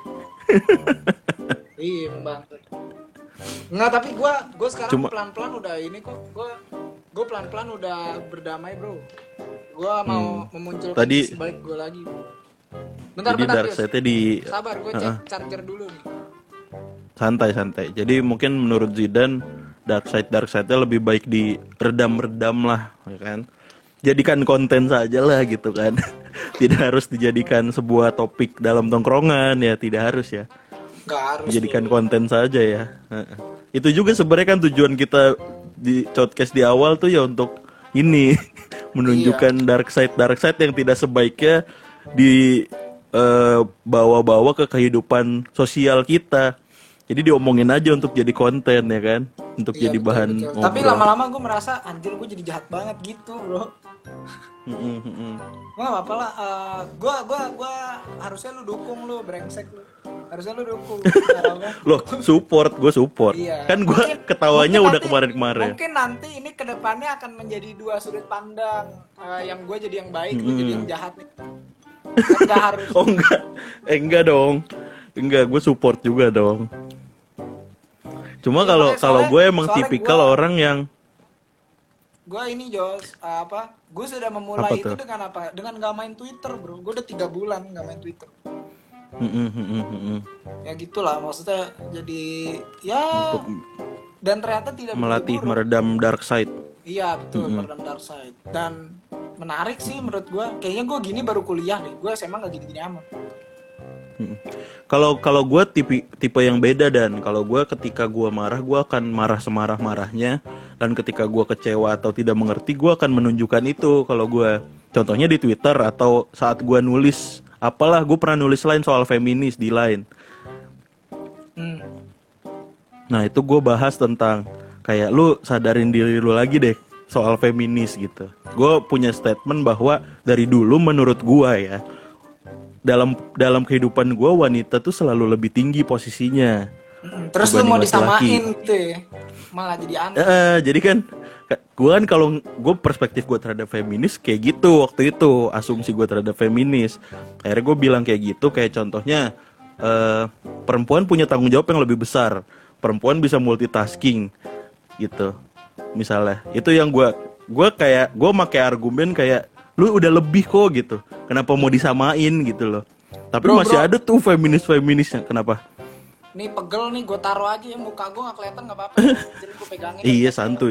Iya banget. Nggak, tapi gue sekarang pelan-pelan udah ini kok. Gue pelan-pelan udah berdamai bro. Gue mau memunculkan sisi balik gue lagi. Bentar, dark side-nya di. Sabar, gue cek charger dulu nih. Santai. Jadi mungkin menurut Zidane dark side-nya lebih baik diredam lah, ya kan? Jadikan konten saja lah gitu kan. Tidak harus dijadikan sebuah topik dalam tongkrongan ya, tidak harus ya. Nggak harus. Jadikan konten saja ya. Itu juga sebenarnya kan tujuan kita di podcast di awal tuh ya untuk ini menunjukkan dark side yang tidak sebaiknya bawa-bawa ke kehidupan sosial kita. Jadi diomongin aja untuk jadi konten ya kan, untuk jadi bahan ngobrol. Tapi lama-lama gue merasa anjir gue jadi jahat banget gitu bro. Gak apa-apa lah. Gue harusnya lu dukung, lu brengsek lu. Harusnya lu dukung. Loh, gue support. Iya. Kan gue ketawanya udah kemarin-kemarin. Mungkin nanti ini kedepannya akan menjadi 2 sudut pandang. Yang gue jadi yang baik, lu jadi yang jahat nih. Gak harus. Oh enggak dong. Enggak, gue support juga dong. Cuma kalau gue emang tipikal orang yang gue ini Jos, gue sudah memulai itu dengan apa? Dengan gak main Twitter bro. Gue udah 3 bulan gak main Twitter. Ya gitulah maksudnya, jadi ya, Untuk dan ternyata tidak begitu melatih buruk. meredam dark side. Iya betul, meredam dark side. Dan menarik sih menurut gue, kayaknya gue gini baru kuliah nih, gue SMA nggak gini-gini amat. Kalau gue tipe yang beda, dan kalau gue ketika gue marah gue akan marah semarah-marahnya, dan ketika gue kecewa atau tidak mengerti gue akan menunjukkan itu. Kalau gue contohnya di Twitter atau saat gue nulis apalah, gue pernah nulis line soal feminis di line. Nah itu gue bahas tentang kayak lu sadarin diri lu lagi deh soal feminis gitu. Gue punya statement bahwa dari dulu menurut gue ya, dalam kehidupan gue wanita tuh selalu lebih tinggi posisinya Terus lu dibanding mau laki-laki. disamain gitu ya, malah jadi aneh. Jadi kan gue kan kalau gue perspektif gue terhadap feminis kayak gitu waktu itu, asumsi gue terhadap feminis. Akhirnya gue bilang kayak gitu, kayak contohnya perempuan punya tanggung jawab yang lebih besar, perempuan bisa multitasking gitu. Misalnya itu yang gue pakai argumen kayak lu udah lebih kok gitu, kenapa mau disamain gitu loh. Tapi Bro, masih bro. ada tuh feminisnya, kenapa? Nih pegel nih, gue taruh aja ya, muka gue nggak kelihatan nggak apa-apa. Jadi gue pegangin. Iya santuy.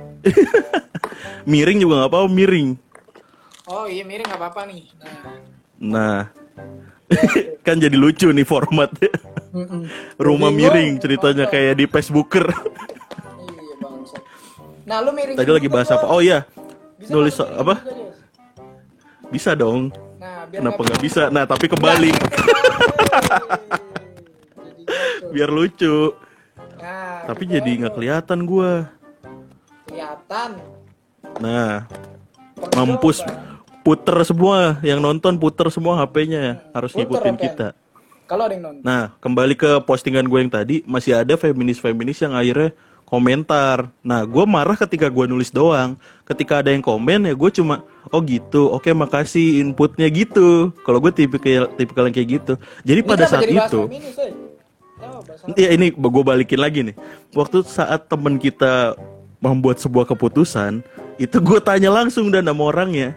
Miring juga nggak apa-apa, miring. Oh iya, miring nggak apa-apa nih. Nah kan jadi lucu nih formatnya. Rumah Jadi miring gua ceritanya nonton. kayak di Facebooker. Iya bangsat. Nah lu miring Tadi lagi bahas apa? Oh iya, Bisa nulis nggak lu miring apa? juga, Des? Bisa dong. Nah biar Kenapa nggak bisa? Nah tapi Nggak, kebalik, jadi gitu. biar lucu. Nah Tapi gitu jadi aja. nggak kelihatan gua. Kelihatan. Nah, Pegel, mampus, Bang. puter semua yang nonton, puter semua HP-nya, harus Puter ngikutin apa? kita. Kalau ada yang nonton. Nah, kembali ke postingan gue yang tadi, masih ada feminis-feminis yang akhirnya komentar. Nah, gue marah ketika gue nulis doang. Ketika ada yang komen ya gue cuma, oh gitu, oke makasih inputnya gitu. Kalau gue tipikal yang kayak gitu. Jadi Ini pada kenapa saat jadi bahas itu, feminis, eh? Tahu, bahas apa? ya ini gue balikin lagi nih. Waktu saat temen kita membuat sebuah keputusan, itu gue tanya langsung dan sama orangnya.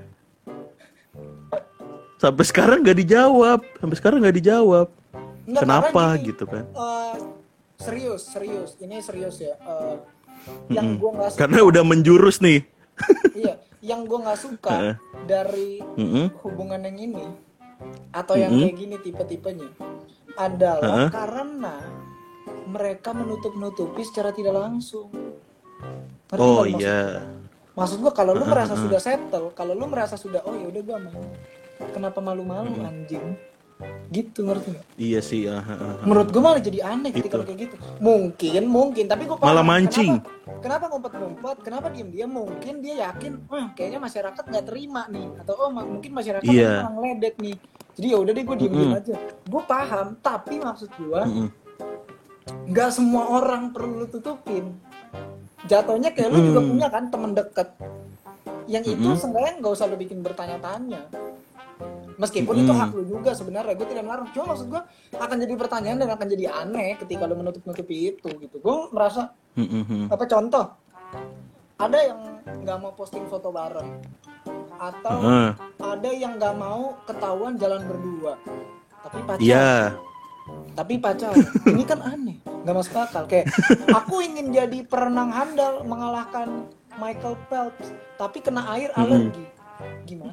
Sampai sekarang nggak dijawab. Enggak, Kenapa karena gini, gitu kan? serius. Ini serius ya. Yang gue nggak suka, Karena udah menjurus nih. iya, yang gue nggak suka dari hubungan yang ini atau yang kayak gini tipe-tipenya adalah karena mereka menutup-nutupi secara tidak langsung. Ngerti Oh nggak iya. maksud gue? Kalau lu merasa sudah settle, kalau lu merasa sudah, oh ya udah gue mau, kenapa malu-malu anjing? Gitu, ngerti nggak? Iya sih. Menurut gue malah jadi aneh ketika Itu. kayak gitu. Mungkin, tapi gue paham. Malah mancing. Kenapa ngumpet-ngumpet? Kenapa diem-diem? Mungkin dia yakin, kayaknya masyarakat nggak terima nih, atau mungkin masyarakat Iya. malah ngeledek nih. Jadi ya udah deh, gue diem-diem aja. Gue paham, tapi maksud gue nggak semua orang perlu lu tutupin. Jatuhnya kayak lu juga punya kan temen deket yang itu seenggaknya nggak usah lu bikin bertanya-tanya. Meskipun itu hak lu juga sebenarnya, gue tidak melarang. Cuma maksud gue akan jadi pertanyaan dan akan jadi aneh ketika lu menutup-nutupi itu gitu. Gue merasa apa, contoh, ada yang nggak mau posting foto bareng, atau ada yang nggak mau ketahuan jalan berdua, tapi pacar. Iya. Tapi pacar, ini kan aneh, nggak masuk akal. Kayak aku ingin jadi perenang handal mengalahkan Michael Phelps, tapi kena air alergi, gimana?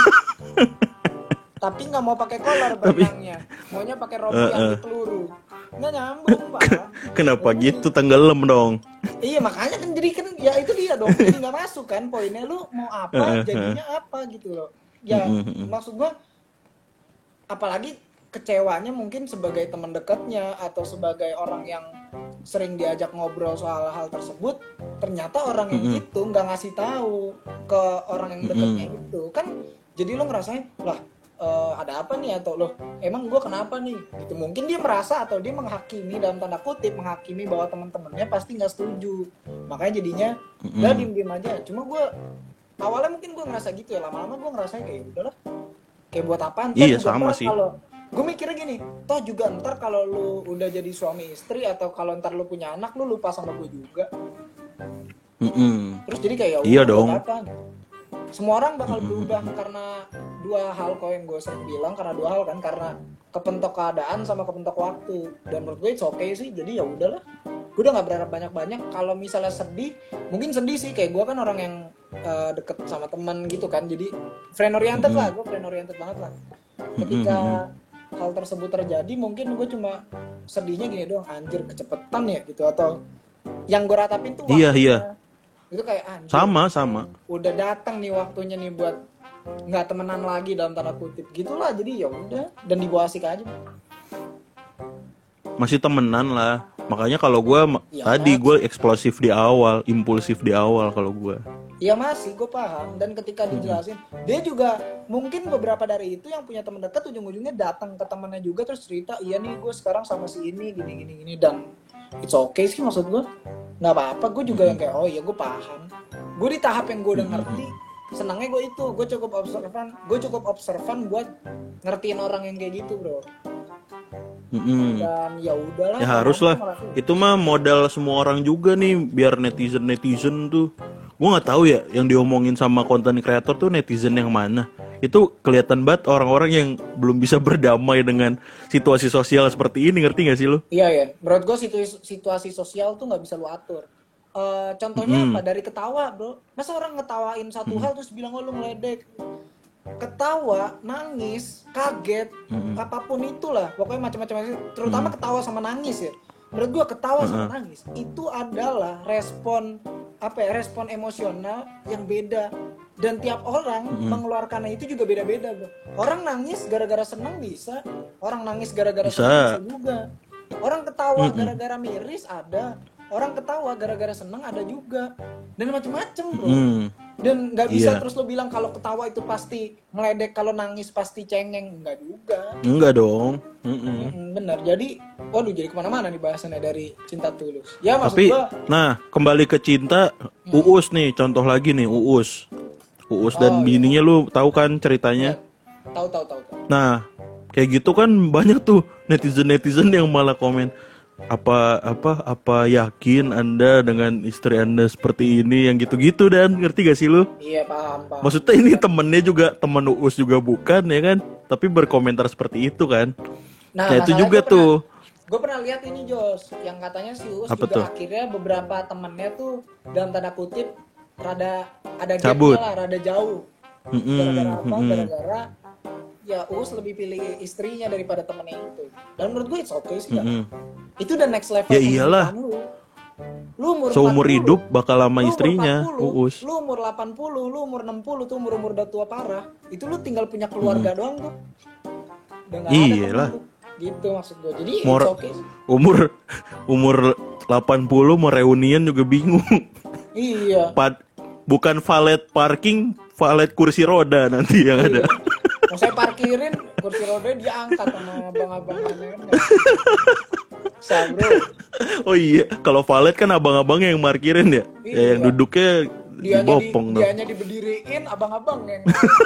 Tapi nggak mau pakai kolor berenangnya, maunya pakai rompi anti peluru, nggak nyambung pak. Kenapa gitu, tenggelam dong? Iya makanya kan, jadi kan ya itu dia dong, jadi nggak masuk kan poinnya. Lu mau apa, jadinya apa gitu loh. Ya maksud gua, apalagi kecewanya mungkin sebagai teman dekatnya atau sebagai orang yang sering diajak ngobrol soal hal tersebut, ternyata orang yang itu nggak ngasih tahu ke orang yang dekatnya itu kan. Jadi lo ngerasain lah, ada apa nih, atau loh emang gue kenapa nih gitu. Mungkin dia merasa atau dia menghakimi, dalam tanda kutip menghakimi, bahwa teman-temannya pasti nggak setuju, makanya jadinya udah diem-diem aja. Cuma gue awalnya mungkin gue ngerasa gitu ya, lama-lama gue ngerasa kayak udahlah, kayak buat apaan. Iya sama sih. Kalau gue mikirnya gini, toh juga ntar kalau lu udah jadi suami istri, atau kalau ntar lu punya anak, lu lupa sama gue juga. Terus jadi kayak ya iya udah, dong. apa gitu. Semua orang bakal berubah karena dua hal kok yang gue sering bilang, karena dua hal kan, karena kepentok keadaan sama kepentok waktu. Dan menurut gue it's okay sih, jadi ya udahlah. Gue udah nggak berharap banyak-banyak. Kalau misalnya sedih, mungkin sedih sih, kayak gue kan orang yang deket sama teman gitu kan, jadi friend oriented lah, gue friend oriented banget lah. Ketika hal tersebut terjadi, mungkin gue cuma sedihnya gini doang, anjir kecepetan ya gitu, atau yang gue ratapin tuh waktunya. Iya. Itu kayak anjir, Sama. udah datang nih waktunya nih buat nggak temenan lagi dalam tanda kutip gitulah. Jadi ya udah, dan dibawa asik aja. Masih temenan lah. Makanya kalau gue Ya, tadi gue eksplosif di awal, impulsif di awal kalau gue. iya masih, gue paham. Dan ketika dijelasin, dia juga mungkin beberapa dari itu yang punya teman dekat ujung-ujungnya datang ke temannya juga terus cerita, iya nih gue sekarang sama si ini gini, dan it's okay sih, maksud gue nggak apa-apa. Gue juga yang kayak oh iya gue paham. Gue di tahap yang gue udah ngerti, senangnya gue itu, gue cukup observan buat ngertiin orang yang kayak gitu, bro. Dan ya udahlah, Ya harus lah. Itu mah modal semua orang juga nih, biar netizen tuh. Gue nggak tahu ya yang diomongin sama konten kreator tuh netizen yang mana. Itu kelihatan banget orang-orang yang belum bisa berdamai dengan situasi sosial seperti ini, ngerti gak sih lu? Iya ya, menurut gue situasi sosial tuh nggak bisa lu atur. Contohnya apa? Dari ketawa, bro. Masa orang ngetawain satu hal terus bilang oh lu ngeledek. Ketawa, nangis, kaget, apapun itulah, pokoknya macam-macam, terutama ketawa sama nangis ya. Menurut gua ketawa sama nangis itu adalah respon emosional yang beda, dan tiap orang mengeluarkannya itu juga beda-beda, bro. Orang nangis gara-gara senang bisa, orang nangis gara-gara senang bisa juga. Orang ketawa gara-gara miris ada, orang ketawa gara-gara senang ada juga, dan macam-macam, bro. Dan nggak bisa terus lo bilang kalau ketawa itu pasti meledek, kalau nangis pasti cengeng, nggak juga. Enggak dong. Bener. Jadi waduh, jadi kemana-mana nih bahasannya dari Cinta Tulus ya, maksud Tapi gua. nah kembali ke cinta, Uus nih contoh lagi nih, Uus dan bininya lu tahu kan ceritanya? Tahu. Nah kayak gitu kan banyak tuh netizen yang malah komen, apa yakin Anda dengan istri Anda seperti ini, yang gitu-gitu, dan ngerti gak sih lu? Iya, paham. Maksudnya ini temennya juga, temen Uus juga bukan ya kan, tapi berkomentar seperti itu kan. Nah itu juga tuh. Gue pernah lihat ini, Jos, yang katanya si Uus apa juga tuh? Akhirnya beberapa temennya tuh dalam tanda kutip rada ada cabut gapnya lah, rada jauh. Gara-gara apa? Gara-gara ya Uus lebih pilih istrinya daripada temennya itu. Dan menurut gue it's okay sih, kan? Itu udah next level. Ya iyalah. Lu umur seumur 40, hidup bakal lama istrinya, 40, Uus. Lu umur 80, lu umur 60 tuh umur udah tua parah. Itu lu tinggal punya keluarga doang tuh. Udah gak ada Iyalah. Gitu maksud gue. Jadi it's okay. Umur 80 mau reunian juga bingung. Iya. Bukan valet parking, valet kursi roda nanti yang ada. Mau saya parkirin kursi roda diangkat sama abang-abangannya kan. Bro. Oh iya, kalau valet kan abang-abangnya yang parkirin ya. Iya. Ya yang duduknya dibopong dong. Dianya diberdiriin, abang-abang yang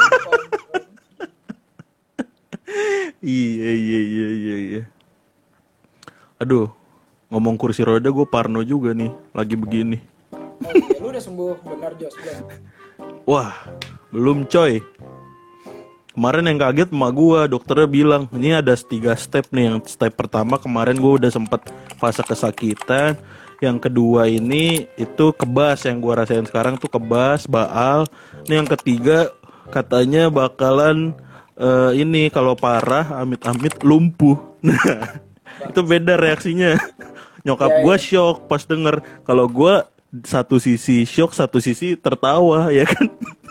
Iya. Aduh, ngomong kursi roda gue parno juga nih, lagi begini. Oh iya, lu udah sembuh benar, Jos? Wah, belum coy. Kemarin yang kaget emak gue, dokternya bilang ini ada 3 step nih. Yang step pertama kemarin gue udah sempet fase kesakitan. Yang kedua ini itu kebas, yang gue rasain sekarang tuh kebas, baal. Ini yang ketiga katanya bakalan ini kalau parah amit-amit lumpuh. Nah itu beda reaksinya. Nyokap gue shock pas denger. Kalau gue satu sisi shock, satu sisi tertawa, ya kan.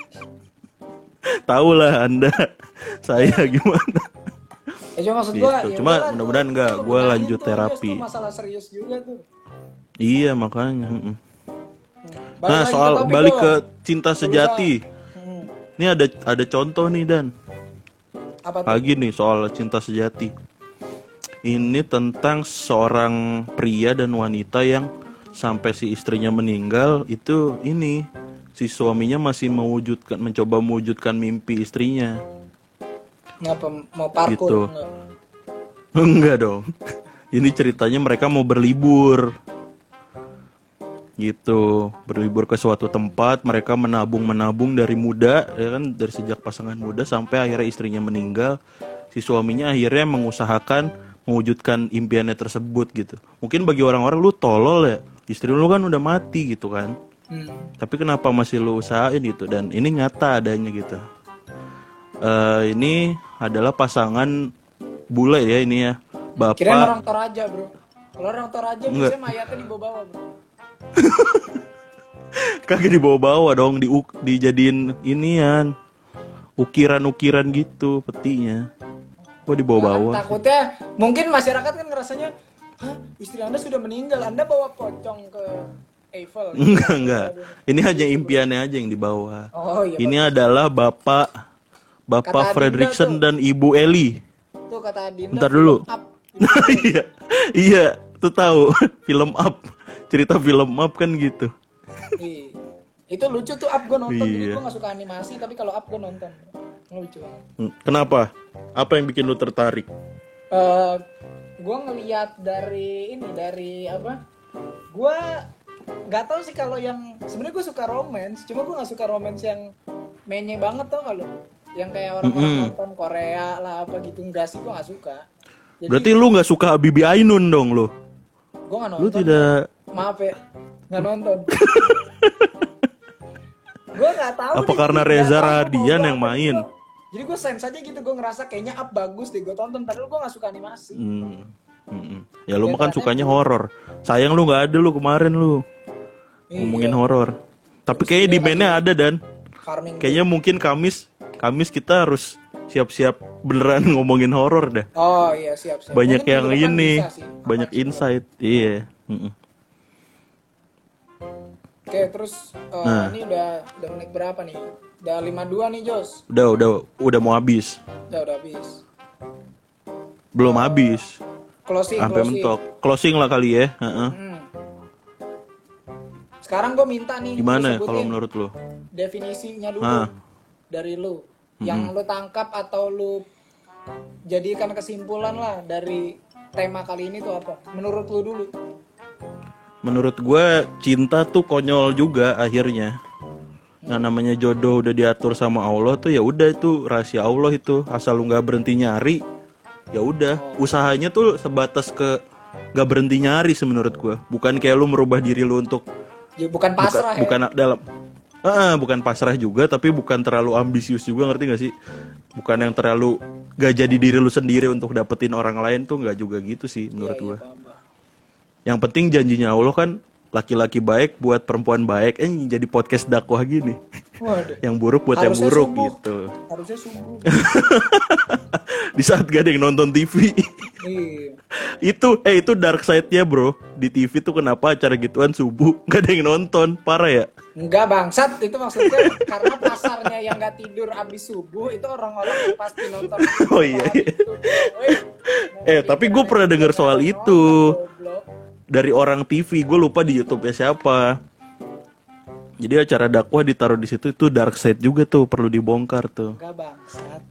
Tahulah Anda saya gimana. Cuma maksud gue gitu. Cuma mudah-mudahan enggak, gue lanjut terapi. Itu masalah serius juga tuh. Iya makanya. Nah soal balik ke cinta sejati. Ini ada contoh nih, Dan. Apa tuh? Lagi nih soal cinta sejati. Ini tentang seorang pria dan wanita yang sampai si istrinya meninggal itu ini si suaminya masih mencoba mewujudkan mimpi istrinya. Ngapa mau parkur? Gitu. Enggak dong. Ini ceritanya mereka mau berlibur. Gitu, berlibur ke suatu tempat, mereka menabung dari muda, ya kan, dari sejak pasangan muda sampai akhirnya istrinya meninggal. si suaminya akhirnya mengusahakan mewujudkan impiannya tersebut gitu. Mungkin bagi orang-orang lu tolol ya, istri lu kan udah mati gitu kan. Tapi kenapa masih lu usahain gitu? Dan ini nyata adanya gitu. Ini adalah pasangan bule ya ini ya. Kirain Bapak orang Toraja bro. Kalau orang Toraja Enggak. biasanya mayatnya dibawa-bawa bro. kagak dibawa-bawa dong, dijadiin inian ukiran-ukiran gitu petinya. Kok dibawa-bawa? Takutnya mungkin masyarakat kan ngerasanya, hah, istri Anda sudah meninggal, Anda bawa pocong ke Eiffel. Enggak. Ini hanya impiannya aja yang dibawa. Oh iya. Ini adalah Bapak Kata Adinda Fredrickson tuh. dan Ibu Eli. Tuh kata Adinda. Bentar dulu. Up. Iya. Iya, tuh tahu film Up. Cerita film Up kan gitu. Iya. Itu lucu tuh Up, gue nonton. Jadi Iya. gue gak suka animasi, tapi kalau Up gue nonton. Lucu. Kenapa? Apa yang bikin lu tertarik? Gue ngeliat dari apa? Gue nggak tahu sih kalau yang sebenarnya gue suka romance, cuma gue nggak suka romance yang menye banget tau kalau yang kayak orang-orang nonton Korea lah apa gitu, enggak sih, gue nggak suka. Jadi Berarti lu nggak suka Bibi Ainun dong lu? gue nggak nonton. Lu tidak. Maaf ya, nggak nonton. Gue nggak tahu. Apa nih, karena nggak Reza tahu mau Radian gua yang apa main? gitu. Jadi gue sense aja gitu, gue ngerasa kayaknya Up bagus deh, gue tonton. Padahal gue nggak suka animasi. Ya lu kan sukanya horor. Sayang lu nggak ada lu kemarin lu ngomongin horor. Tapi kayaknya demandnya ada dan Farming. kayaknya mungkin Kamis kita harus siap-siap beneran ngomongin horor dah. Oh iya, siap. Banyak Mungkin yang minggu depan ini, bisa sih. banyak insight. Iya. Oke, terus ini udah menit berapa nih? Udah 52 nih, Jos. Udah mau habis. Udah habis. Belum habis. Closing. Sampai mentok. Closing lah kali ya. Sekarang gue minta nih, Gimana lu sebutin kalau menurut lu? definisinya dulu dari lu. Yang lu tangkap atau lu jadikan kesimpulan lah dari tema kali ini tuh apa? Menurut lu dulu. Menurut gue cinta tuh konyol juga akhirnya. Nah namanya jodoh udah diatur sama Allah tuh ya udah itu rahasia Allah itu. Asal lu nggak berhenti nyari, ya udah. Usahanya tuh sebatas ke nggak berhenti nyari sih menurut gue. Bukan kayak lu merubah diri lu untuk Ya, bukan pasrah ya. Bukan pasrah juga, tapi bukan terlalu ambisius juga, ngerti gak sih? Bukan yang terlalu gak jadi diri lu sendiri untuk dapetin orang lain tuh gak juga gitu sih menurut gua. Yang penting janjinya Allah kan laki-laki baik buat perempuan baik. Jadi podcast dakwah gini. Waduh. Yang buruk buat Harusnya yang buruk subuh. gitu. Harusnya sungguh. Di saat gak ada yang nonton TV. Iya. Itu dark side-nya bro. Di TV tuh kenapa acara gituan subuh gak ada yang nonton, parah ya. Enggak bangsat, itu maksudnya karena pasarnya yang nggak tidur abis subuh itu orang-orang yang pasti nonton. Oh iya. Tapi gue pernah dengar soal itu dari orang TV, gue lupa di YouTube-nya siapa. Jadi acara dakwah ditaruh di situ, itu dark side juga tuh, perlu dibongkar tuh. Enggak bangsat.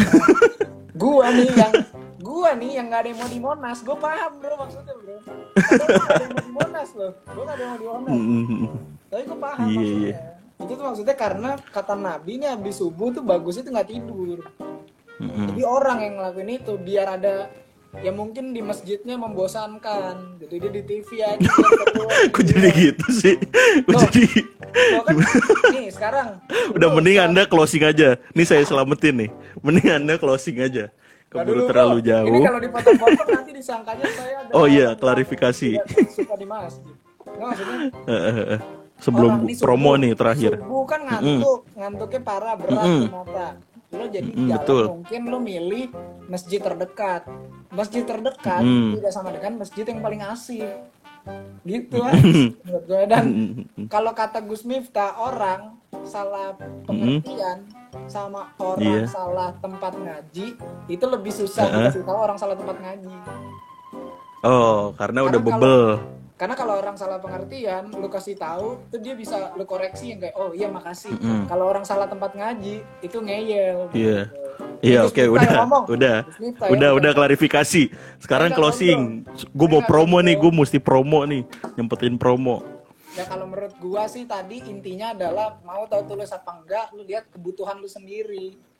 Gua nih yang nggak ada yang mau di Monas, gue paham bro maksudnya bro. Tapi gua nggak ada yang mau di Monas loh, gue nggak ada yang mau di Monas. Tapi gue paham maksudnya. Itu tuh maksudnya karena kata Nabi nih habis subuh tuh bagus itu nggak tidur. Jadi orang yang ngelakuin itu biar ada ya mungkin di masjidnya membosankan, jadi dia di TV aja. Kok jadi gitu sih? Kan, nih sekarang udah mending Anda closing aja. Nih saya selamatin nih. Mending Anda closing aja. Keburu terlalu jauh. Ini kalau dipotong-potong nanti disangkanya saya ada. Oh iya, klarifikasi. Suka di masjid. Nggak, maksudnya sebelum orang di promo subuh, nih terakhir. Subuh kan ngantuknya parah, berat di mata. Lo jadi di jalan betul. mungkin lo milih masjid terdekat. Masjid terdekat tidak sama dengan masjid yang paling asik. Gitu kan menurut gue. Dan kalau kata Gus Miftah, orang salah pengertian sama orang salah tempat ngaji itu lebih susah dikasih tahu orang salah tempat ngaji. Karena udah bebel. Karena kalau orang salah pengertian, lu kasih tahu, itu dia bisa lu koreksi yang kayak, oh iya makasih. Kalau orang salah tempat ngaji, itu ngeyel. Iya. Iya, oke, udah klarifikasi. Sekarang closing. Gue mau promo nih, gue mesti promo nih, nyempetin promo. Ya kalau menurut gua sih tadi intinya adalah mau tahu tulus apa enggak, lu lihat kebutuhan lu sendiri.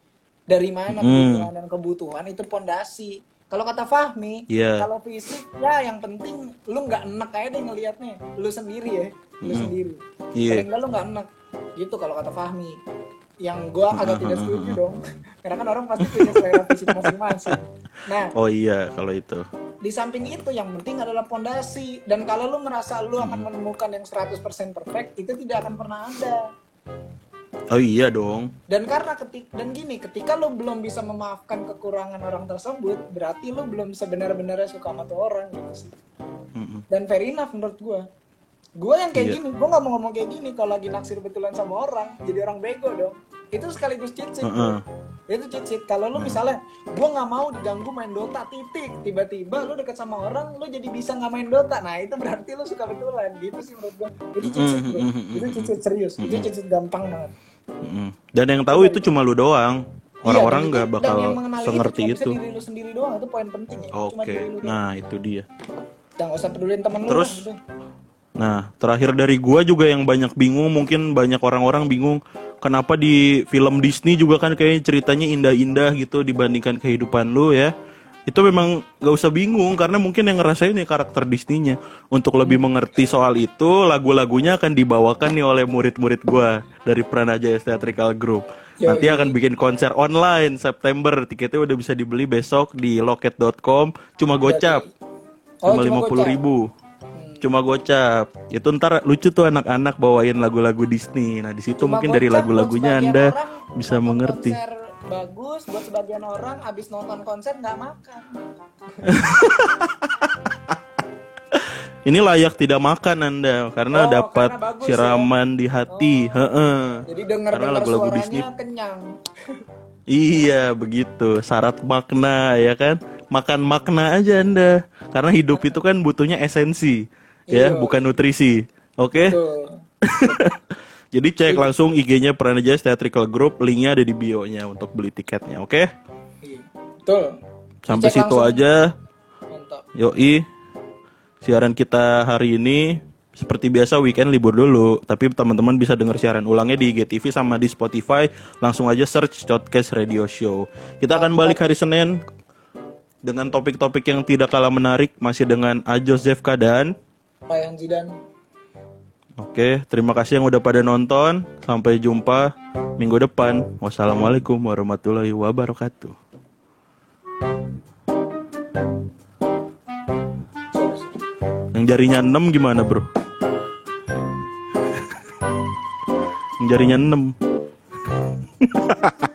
Dari mana Hmm, kebutuhan dan kebutuhan itu pondasi. Kalau kata Fahmi, iya. kalau fisik ya yang penting lu nggak enek aja deh ngelihatnya, lu sendiri ya, lu Mm-mm. sendiri. Iya. Paling enggak lu nggak enek, gitu kalau kata Fahmi. Yang gua agak tidak setuju dong, karena kan orang pasti punya selera fisik masing-masing. Nah, Oh iya kalau itu. di samping itu yang penting adalah pondasi. Dan kalau lu merasa lu Mm-mm. akan menemukan yang 100% perfect, itu tidak akan pernah ada. Oh iya dong. Dan karena ketika lo belum bisa memaafkan kekurangan orang tersebut, berarti lo belum sebenar-benar suka sama tuh orang gitu sih. Mm-mm. Dan fair enough menurut gue yang kayak Iya. gini, gue nggak mau ngomong kayak gini kalau lagi naksir betulan sama orang, jadi orang bego dong. Itu sekaligus cheat sheet Heeh. bro. Itu cheat sheet. Kalau lo misalnya, gue nggak mau diganggu main Dota titik, tiba-tiba lo deket sama orang, lo jadi bisa nggak main Dota, nah itu berarti lo suka betulan, gitu sih menurut gue. Itu cheat sheet bro, itu cheat sheet serius, itu cheat sheet gampang banget. Mm-mm. Dan yang tahu itu cuma lu doang. Iya, Orang-orang nggak dan yang bakal mengenali sengerti itu cuma bisa itu. diri lu sendiri doang, itu poin penting ya. Cuma Oke. diri lu doang. Nah, itu dia. Jangan usah pedulin temen lu Terus lah, gitu. Nah, terakhir dari gua juga yang banyak bingung, mungkin banyak orang-orang bingung kenapa di film Disney juga kan kayaknya ceritanya indah-indah gitu dibandingkan kehidupan lu ya. Itu memang gak usah bingung karena mungkin yang ngerasain nih karakter Disney-nya. Untuk lebih mengerti soal itu, lagu-lagunya akan dibawakan nih oleh murid-murid gua dari Pranajaya Theatrical Group. Nanti akan Yoi. bikin konser online September. Tiketnya udah bisa dibeli besok di loket.com. Cuma gocap. Jadi, oh Cuma cuma 50 gocap. ribu. Cuma gocap. Itu ntar lucu tuh anak-anak bawain lagu-lagu Disney. Nah di situ Cuma mungkin dari gocap buat lagu-lagunya sebagian Anda orang bisa nonton mengerti. konser bagus, buat sebagian orang abis nonton konser nggak makan. Ini layak tidak makan Anda karena Oh, dapat karena bagus ya. siraman di hati. Heeh. Jadi Karena denger-denger lagu-lagu suaranya Disney. kenyang. Iya begitu. Syarat makna ya kan. Makan makna aja Anda. Karena hidup itu kan butuhnya esensi. Ya Iya, bukan nutrisi. Oke. betul. Jadi cek langsung IG-nya Pranajaya Theatrical Group, linknya ada di bio-nya untuk beli tiketnya, oke? Iya, betul. Sampai Dicek situ langsung. aja, Mantap. yoi. Siaran kita hari ini seperti biasa weekend libur dulu, tapi teman-teman bisa dengar siaran ulangnya di IGTV sama di Spotify. Langsung aja search Podcast Radio Show. Kita akan balik hari Senin dengan topik-topik yang tidak kalah menarik, masih dengan Ajos Zefka dan Ryan Zidane. Oke, terima kasih yang udah pada nonton. Sampai jumpa minggu depan. Wassalamualaikum warahmatullahi wabarakatuh. Yang jarinya 6 gimana, bro? Yang jarinya 6.